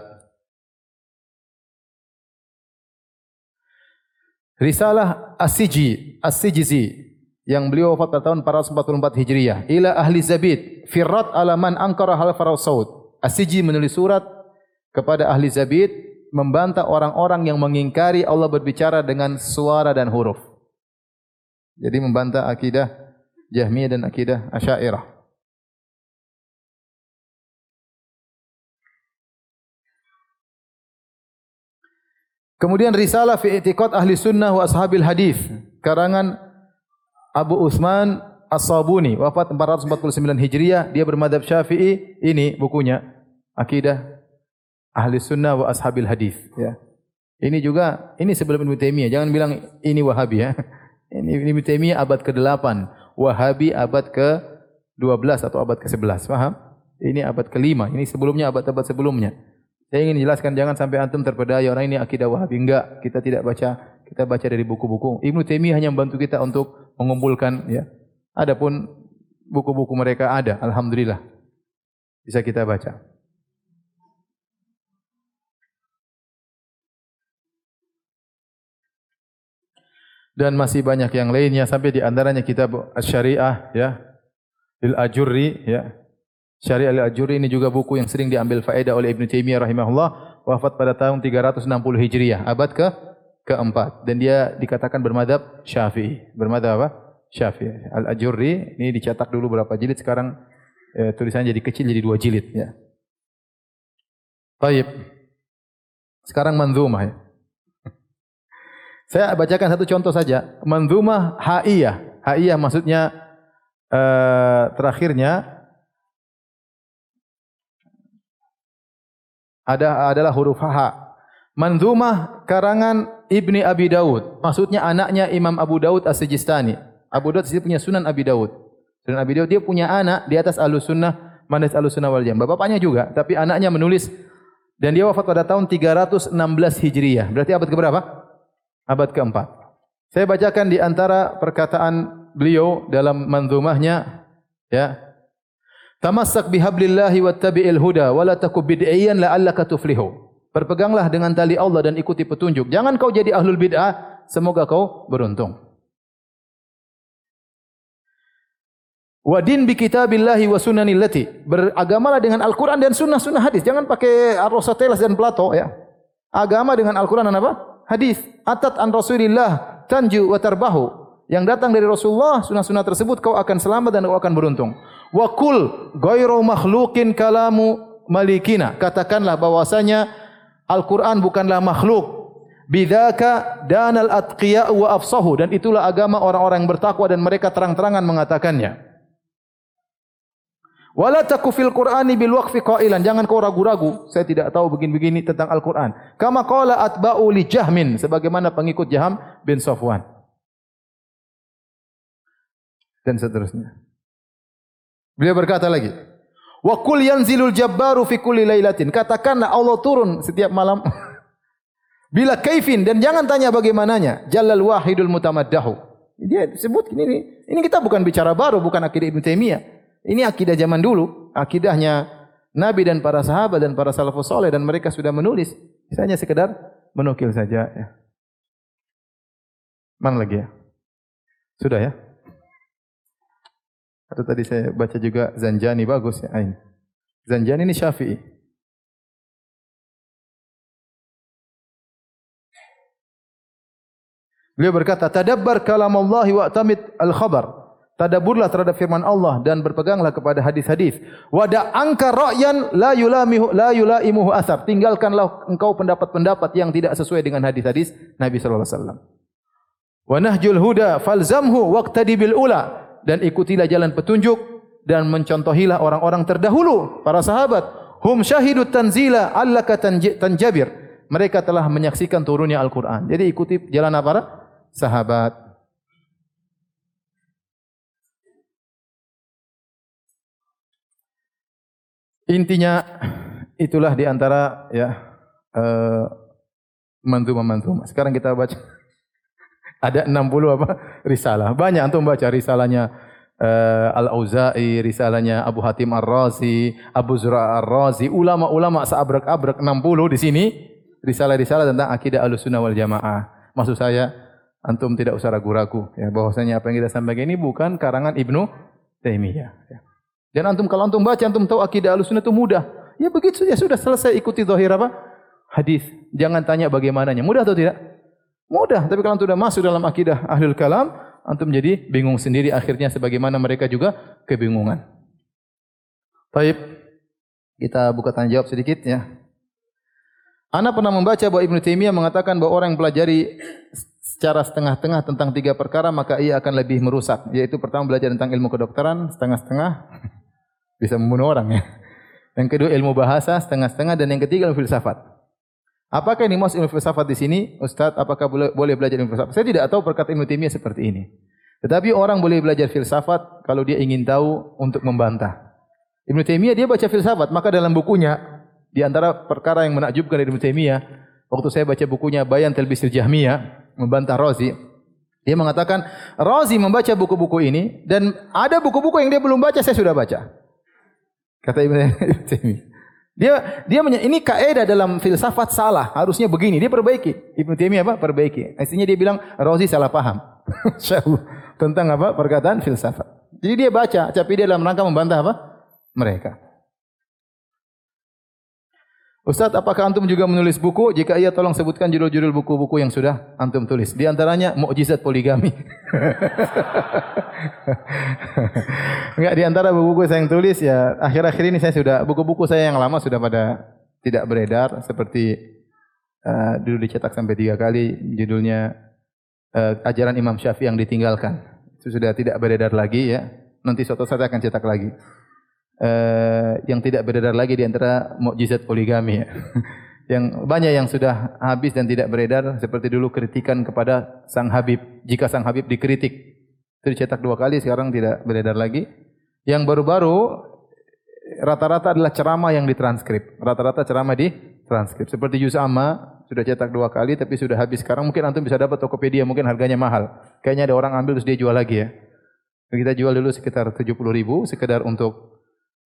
Risalah As-Sijizi yang beliau wafat pada tahun 444 Hijriah, ila ahli Zabid firrat ala man ankara hal farau saud. As-Sijzi menulis surat kepada ahli Zabid membantah orang-orang yang mengingkari Allah berbicara dengan suara dan huruf. Jadi membantah akidah Jahmiyah dan akidah Asy'ariyah. Kemudian risalah fi i'tiqad ahli sunnah wa ashabil hadis karangan Abu Utsman As-Sabuni wafat 449 Hijriah, dia bermadzhab Syafi'i. Ini bukunya Akidah Ahli Sunnah wa Ashabil Hadis ya. Ini juga sebelum Ibnu Taimiyah. Jangan bilang ini Wahabi ya. Ini Ibnu Taimiyah abad ke-8, Wahabi abad ke-12 atau abad ke-11. Paham? Ini abad ke-5. Ini sebelumnya abad-abad sebelumnya. Saya ingin jelaskan jangan sampai antum terpedaya orang ini akidah Wahabi. Enggak, kita tidak baca, kita baca dari buku-buku. Ibnu Taimiyah hanya membantu kita untuk mengumpulkan ya. Adapun buku-buku mereka ada, alhamdulillah. Bisa kita baca. Dan masih banyak yang lainnya sampai di antaranya kitab Asy-Syariah ya. Al-Ajurri ya. Syariah Al-Ajurri ini juga buku yang sering diambil faedah oleh Ibnu Taimiyah rahimahullah, wafat pada tahun 360 Hijriah, abad keempat, dan dia dikatakan bermadzhab Syafi'i. Bermadzhab apa? Syafi'i. Al-Ajurri ini dicetak dulu berapa jilid, sekarang tulisannya jadi kecil jadi 2 jilid ya. Baik. Sekarang manzumah ya. Saya bacakan satu contoh saja. Manzumah Ha'iyah. Ha'iyah maksudnya terakhirnya adalah huruf ha. Manzumah karangan Ibni Abi Daud. Maksudnya anaknya Imam Abu Daud As-Sijistani. Abu Daud dia punya Sunan Abi Daud. Sunan Abi Daud dia punya anak di atas Ahlussunnah, manhaj Ahlussunnah wal Jamaah. Bapaknya juga, tapi anaknya menulis dan dia wafat pada tahun 316 Hijriah. Berarti abad keberapa? Abad keempat. Saya bacakan di antara perkataan beliau dalam manzumahnya ya. Tamassak bihablillahi wattabi'il huda wa la taku bid'iyan la'allaka tuflihu. Berpeganglah dengan tali Allah dan ikuti petunjuk. Jangan kau jadi ahlul bid'ah, semoga kau beruntung. Wa din bi kitabillahi wa sunanil lati. Beragamalah dengan Al-Qur'an dan sunnah-sunnah hadis. Jangan pakai Aristoteles dan Plato ya. Agama dengan Al-Qur'an dan apa? Hadis. Atat an Rasulillah tanju wa tarbahu. Yang datang dari Rasulullah, sunnah-sunnah tersebut kau akan selamat dan kau akan beruntung. Wa qul ghairu makhluqin kalamu malikina. Katakanlah bahwasanya Al-Qur'an bukanlah makhluk. Bidzaka danal atqiya wa afsahu, dan itulah agama orang-orang yang bertakwa dan mereka terang-terangan mengatakannya. Wala taku fil Qur'ani bil waqfi qailan. Jangan kau ragu-ragu, saya tidak tahu begini-begini tentang Al-Qur'an. Kama qala atba'u li Jahmin, sebagaimana pengikut Jaham bin Safwan. Dan seterusnya. Beliau berkata lagi, wa qul yanzilul jabbaru fi kulli lailatin. Katakanlah Allah turun setiap malam. Bila kaifin, dan jangan tanya bagaimananya. Jallal wahidul mutamaddahu. Dia sebut ini kita bukan bicara baru, bukan akidah Ibnu Taimiyah. Ini akidah zaman dulu, akidahnya Nabi dan para sahabat dan para salafus saleh, dan mereka sudah menulis. Misalnya sekedar menukil saja ya. Mana lagi ya? Sudah ya? Atau tadi saya baca juga Zanjani, bagus ya. Ain. Zanjani ini Syafi'i. Beliau berkata, tadabbar kalamallahi wa'tamid al-khabar. Tadabburlah terhadap firman Allah dan berpeganglah kepada hadis-hadis. Wada' angka ra'yan la yulaimuhu athar. Tinggalkanlah engkau pendapat-pendapat yang tidak sesuai dengan hadis-hadis Nabi sallallahu alaihi wasallam. Wa nahjul huda falzamhu waqtadi bil ula. Dan ikutilah jalan petunjuk dan mencontohilah orang-orang terdahulu, para sahabat. Hum syahidut tanzila allaka tanjabir. Mereka telah menyaksikan turunnya Al-Qur'an. Jadi ikuti jalan para sahabat. Intinya itulah di antara ya manzumah. Sekarang kita baca ada 60 apa? Risalah. Banyak antum baca risalahnya Al-Auza'i, risalahnya Abu Hatim Ar-Razi, Abu Zur'a Ar-Razi, ulama-ulama seabrek-abrek 60 di sini risalah-risalah tentang akidah Ahlussunnah wal Jamaah. Maksud saya antum tidak usah ragu-ragu ya bahwasanya apa yang kita sampaikan ini bukan karangan Ibnu Taimiyah ya. Dan antum kalau antum baca antum tahu akidah Ahlussunnah itu mudah. Ya begitu saja sudah selesai, ikuti zahir apa? Hadis. Jangan tanya bagaimananya. Mudah atau tidak? Mudah, tapi kalau sudah masuk dalam akidah Ahlul Kalam, antum jadi bingung sendiri akhirnya sebagaimana mereka juga kebingungan. Baik, kita buka tanya jawab sedikit ya. Ana pernah membaca bahwa Ibnu Taimiyah mengatakan bahwa orang yang pelajari secara setengah-tengah tentang 3 perkara maka ia akan lebih merusak. Yaitu pertama belajar tentang ilmu kedokteran setengah-setengah bisa membunuh orang ya. Yang kedua ilmu bahasa setengah-setengah dan yang ketiga ilmu filsafat. Apakah ini maksud ilmu filsafat di sini? Ustaz, apakah boleh belajar ilmu filsafat? Saya tidak tahu perkataan Ibnu Taimiyah seperti ini. Tetapi orang boleh belajar filsafat kalau dia ingin tahu untuk membantah. Ibnu Taimiyah dia baca filsafat, maka dalam bukunya di antara perkara yang menakjubkan dari Ibnu Taimiyah, waktu saya baca bukunya Bayan Talbisil Jahmiyah membantah Razi, dia mengatakan Razi membaca buku-buku ini dan ada buku-buku yang dia belum baca saya sudah baca. Kata Ibnu Taimiyah. Ini kaidah dalam filsafat salah, harusnya begini, dia perbaiki. Ibnu Taimiyah apa? Perbaiki. Artinya dia bilang Razi salah paham. Masyaallah. Tentang apa? Perkataan filsafat. Jadi dia baca, tapi dia dalam rangka membantah apa? Mereka. Ustaz, apakah antum juga menulis buku? Jika iya, tolong sebutkan judul-judul buku-buku yang sudah antum tulis. Di antaranya Mukjizat Poligami. Enggak, di antara buku-buku saya yang tulis ya, akhir-akhir ini saya sudah buku-buku saya yang lama sudah pada tidak beredar seperti dulu dicetak sampai 3 kali judulnya Ajaran Imam Syafi'i yang ditinggalkan. Itu sudah tidak beredar lagi ya. Nanti suatu saat akan cetak lagi. Yang tidak beredar lagi di antara Mukjizat Poligami ya. Yang banyak yang sudah habis dan tidak beredar seperti dulu kritikan kepada Sang Habib. Jika Sang Habib dikritik itu dicetak 2 kali, sekarang tidak beredar lagi. Yang baru-baru rata-rata adalah ceramah yang ditranskrip. Rata-rata ceramah ditranskrip. Seperti Juz Amma sudah cetak 2 kali tapi sudah habis. Sekarang mungkin antum bisa dapat Tokopedia, mungkin harganya mahal. Kayaknya ada orang ambil terus dia jual lagi ya. Kita jual dulu sekitar 70.000 sekedar untuk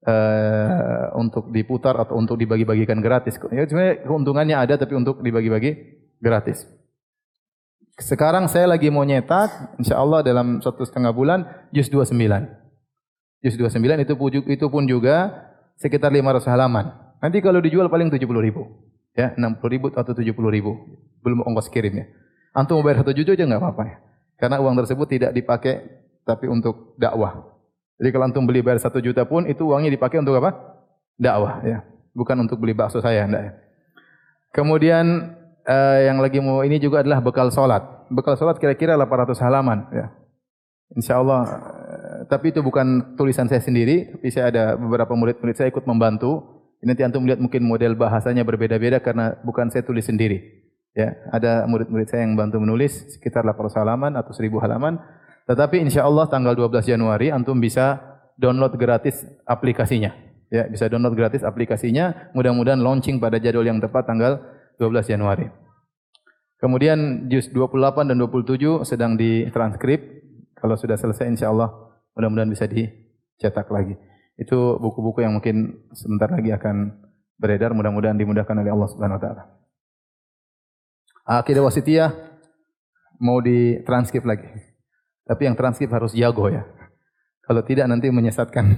diputar atau untuk dibagi-bagikan gratis. Ya, sebenarnya keuntungannya ada tapi untuk dibagi-bagi gratis. Sekarang saya lagi mau nyetak, insyaallah dalam 1,5 bulan Juz 29. Juz 29 itu pun juga sekitar 500 halaman. Nanti kalau dijual paling 70.000. Ya, 60.000 atau 70.000. Belum ongkos kirimnya. Antum mau bayar 1 juta aja enggak apa-apa ya. Karena uang tersebut tidak dipakai tapi untuk dakwah. Jadi kalau antum beli bayar 1 juta pun itu uangnya dipakai untuk apa? Dakwah ya. Bukan untuk beli bakso saya, enggak ya. Kemudian yang lagi mau ini juga adalah bekal salat. Bekal salat kira-kira 800 halaman ya. Insyaallah tapi itu bukan tulisan saya sendiri, tapi saya ada beberapa murid-murid saya ikut membantu. Nanti antum lihat mungkin model bahasanya berbeda-beda karena bukan saya tulis sendiri. Ya, ada murid-murid saya yang bantu menulis sekitar 800 halaman atau 1000 halaman. Tetapi insyaallah tanggal 12 Januari antum bisa download gratis aplikasinya. Ya, bisa download gratis aplikasinya. Mudah-mudahan launching pada jadwal yang tepat tanggal 12 Januari. Kemudian juz 28 dan 27 sedang ditranskrip. Kalau sudah selesai insyaallah mudah-mudahan bisa dicetak lagi. Itu buku-buku yang mungkin sebentar lagi akan beredar, mudah-mudahan dimudahkan oleh Allah Subhanahu wa taala. Aqidah Wasithiyah mau ditranskrip lagi. Tapi yang transkrip harus jago ya. Kalau tidak nanti menyesatkan.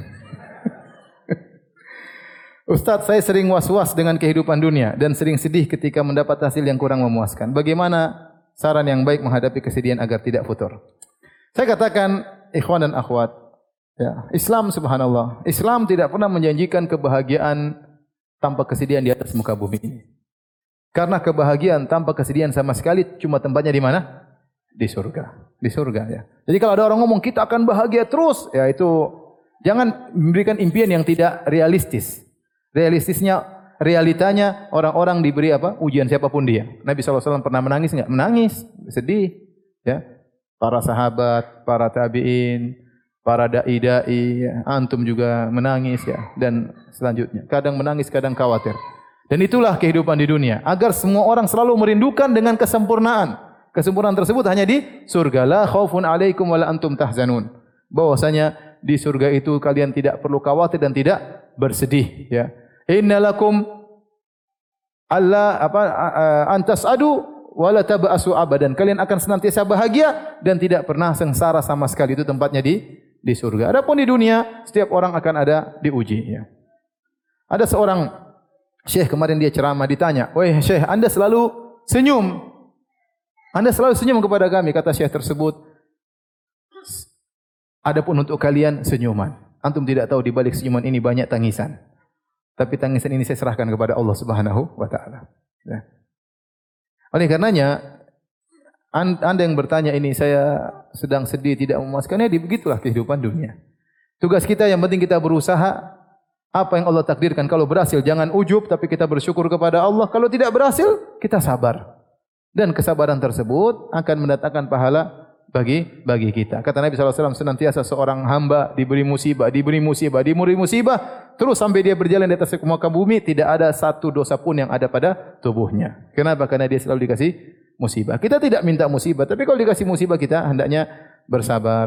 Ustaz, saya sering was-was dengan kehidupan dunia dan sering sedih ketika mendapat hasil yang kurang memuaskan. Bagaimana saran yang baik menghadapi kesedihan agar tidak futur? Saya katakan, ikhwan dan akhwat, ya, Islam subhanallah, Islam tidak pernah menjanjikan kebahagiaan tanpa kesedihan di atas muka bumi ini. Karena kebahagiaan tanpa kesedihan sama sekali cuma tempatnya di mana? Di surga. Di surga ya. Jadi kalau ada orang ngomong kita akan bahagia terus, ya itu jangan memberikan impian yang tidak realistis. Realitanya orang-orang diberi apa? Ujian siapapun dia. Nabi SAW pernah menangis enggak? Menangis, sedih. Ya. Para sahabat, para tabi'in, para dai-dai, ya. Antum juga menangis ya. Dan selanjutnya. Kadang menangis, kadang khawatir. Dan itulah kehidupan di dunia. Agar semua orang selalu merindukan dengan kesempurnaan. Kesempurnaan tersebut hanya di surga. La khaufun alaikum wa la antum tahzanun. Bahwasanya di surga itu kalian tidak perlu khawatir dan tidak bersedih ya. Innalakum alla antasadu wa la tab'asu abadan. Kalian akan senantiasa bahagia dan tidak pernah sengsara sama sekali. Itu tempatnya di surga. Adapun di dunia setiap orang akan ada diuji ya. Ada seorang syekh kemarin dia ceramah ditanya, "Wahai syekh, Anda selalu senyum. Anda selalu senyum kepada kami," kata syekh tersebut. Adapun untuk kalian senyuman. Antum tidak tahu di balik senyuman ini banyak tangisan. Tapi tangisan ini saya serahkan kepada Allah Subhanahu wa taala. Ya. Oleh karenanya Anda yang bertanya ini saya sedang sedih tidak memuaskannya, begitulah kehidupan dunia. Tugas kita yang penting kita berusaha apa yang Allah takdirkan. Kalau berhasil jangan ujub tapi kita bersyukur kepada Allah. Kalau tidak berhasil kita sabar. Dan kesabaran tersebut akan mendatangkan pahala bagi kita. Kata Nabi SAW, senantiasa seorang hamba diberi musibah, terus sampai dia berjalan di atas muka bumi, tidak ada satu dosa pun yang ada pada tubuhnya. Kenapa? Karena dia selalu dikasih musibah. Kita tidak minta musibah, tapi kalau dikasih musibah kita hendaknya bersabar.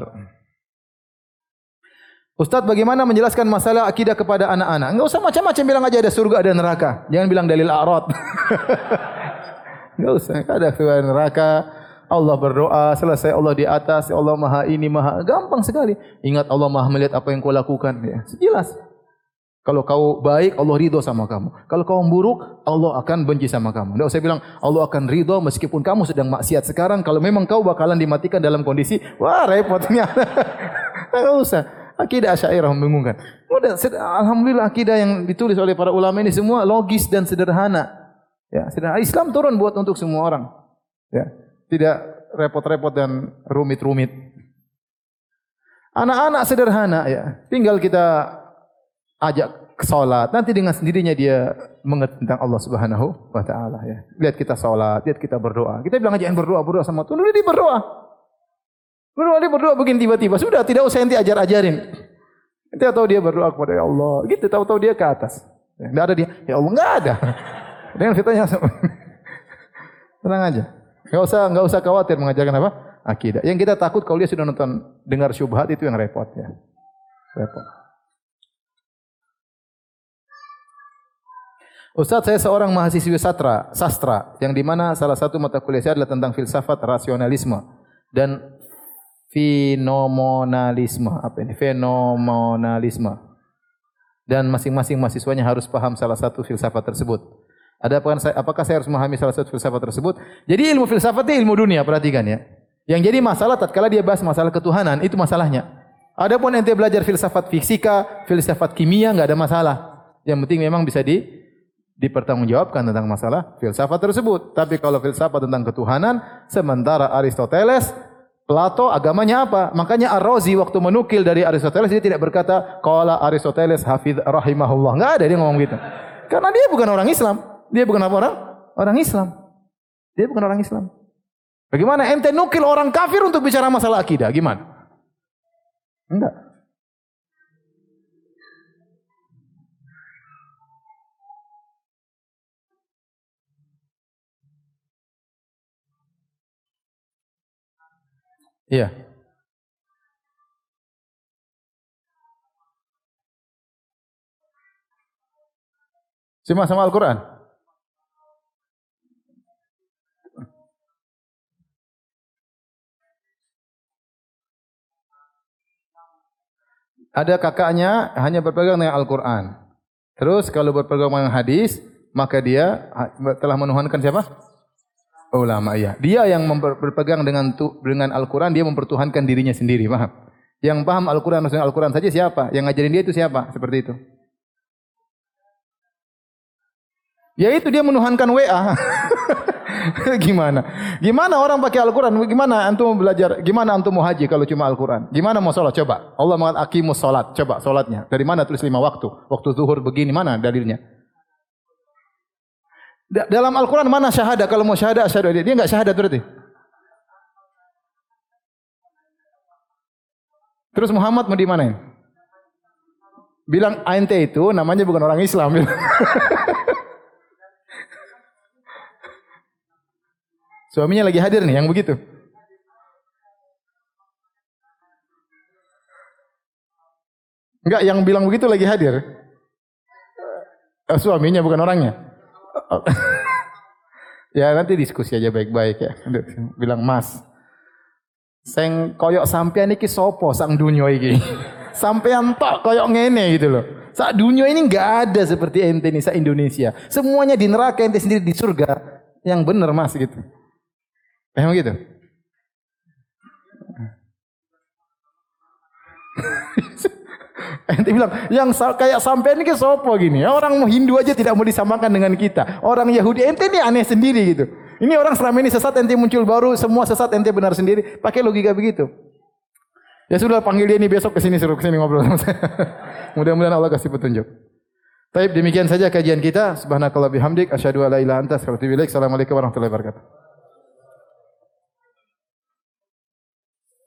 Ustaz, bagaimana menjelaskan masalah akidah kepada anak-anak? Enggak usah macam-macam, bilang aja ada surga, ada neraka. Jangan bilang dalil a'rad. Enggak usah, ada surga, neraka. Allah berdoa, selesai Allah di atas, Allah maha ini, maha, gampang sekali. Ingat Allah maha melihat apa yang kau lakukan. Ya, jelas. Kalau kau baik, Allah ridho sama kamu. Kalau kau buruk, Allah akan benci sama kamu. Tidak usah bilang, Allah akan ridho meskipun kamu sedang maksiat sekarang. Kalau memang kau bakalan dimatikan dalam kondisi, wah repotnya. Tidak usah. Akidah Asy'ariyah membingungkan. Alhamdulillah akidah yang ditulis oleh para ulama ini semua logis dan sederhana. Ya, sederhana. Islam turun buat untuk semua orang. Ya. Tidak repot-repot dan rumit-rumit. Anak-anak sederhana ya. Tinggal kita ajak ke salat, nanti dengan sendirinya dia mengerti tentang Allah Subhanahu wa taala ya. Lihat kita salat, lihat kita berdoa. Kita bilang aja berdoa sama Tuhan, dia berdoa. Dia berdoa begini tiba-tiba, sudah tidak usah nanti ajar-ajarin. Kita tahu dia berdoa kepada Allah, gitu tahu-tahu dia ke atas. Enggak ada dia, ya Allah enggak ada. Dengan fitanya tenang aja. Enggak usah khawatir mengajarkan apa? Akidah. Yang kita takut kalau dia sudah nonton dengar syubhat itu yang repot ya. Repot. Ustaz, saya seorang mahasiswi sastra yang di mana salah satu mata kuliah saya adalah tentang filsafat rasionalisme dan fenomenalisme. Apa ini? Fenomenalisme. Dan masing-masing mahasiswanya harus paham salah satu filsafat tersebut. Apakah saya harus memahami salah satu filsafat tersebut? Jadi ilmu filsafat itu ilmu dunia, perhatikan ya. Yang jadi masalah tatkala dia bahas masalah ketuhanan, itu masalahnya. Adapun ente belajar filsafat fisika, filsafat kimia, enggak ada masalah. Yang penting memang bisa dipertanggungjawabkan tentang masalah filsafat tersebut. Tapi kalau filsafat tentang ketuhanan, sementara Aristoteles, Plato agamanya apa? Makanya Ar-Razi waktu menukil dari Aristoteles dia tidak berkata qala Aristoteles hafidh rahimahullah. Enggak ada dia ngomong gitu. Karena dia bukan orang Islam. Dia bukan apa orang? Orang Islam. Dia bukan orang Islam. Bagaimana ente nukil orang kafir untuk bicara masalah akidah? Gimana? Enggak. Iya. Cuma sama Al-Quran. Ada kakaknya hanya berpegang dengan Al-Quran. Terus kalau berpegang dengan hadis, maka dia telah menuhankan siapa? Ulama, iya. Dia yang berpegang dengan Al-Quran, dia mempertuhankan dirinya sendiri, paham? Yang paham Al-Quran, maksudnya Al-Quran saja siapa? Yang ngajarin dia itu siapa? Seperti itu. Ya itu dia menuhankan WA. Gimana? Gimana orang pakai Al-Quran? Gimana antum belajar? Gimana antum mau haji kalau cuma Al-Quran? Gimana mau sholat? Coba. Allah mengatakan aqimus sholat. Coba sholatnya. Dari mana tulis 5 waktu? Waktu zuhur begini, mana dalilnya? Dalam Al-Quran mana syahadah? Kalau mau syahadah, asyhadu. Dia enggak syahadah berarti. Terus Muhammad mau dimanain? Bilang ente itu namanya bukan orang Islam. Suaminya lagi hadir nih yang begitu. Enggak, yang bilang begitu lagi hadir. Suaminya bukan orangnya. Ya nanti diskusi aja baik-baik ya. Bilang Mas, sing koyok sampean iki sopo sang dunia iki. Sampean tok koyok ngene gitu loh. Sak dunia ini enggak ada seperti ente nih, sak Indonesia. Semuanya di neraka, ente sendiri di surga. Yang benar Mas gitu. Paham gitu? Ente bilang, yang kayak sampean ini kan sopo gini. Orang Hindu aja tidak mau disamakan dengan kita. Orang Yahudi, ente ini aneh sendiri gitu. Ini orang selama ini sesat, ente muncul baru, semua sesat, ente benar sendiri. Pakai logika begitu. Ya sudah, panggil dia ini besok ke sini, suruh ke sini ngobrol sama saya. Mudah-mudahan Allah kasih petunjuk. Baik, demikian saja kajian kita. Subhanakallah bihamdik, asyhadu an la ilaha illa anta, astaghfiruka wa atubu ilaik. Assalamualaikum warahmatullahi wabarakatuh.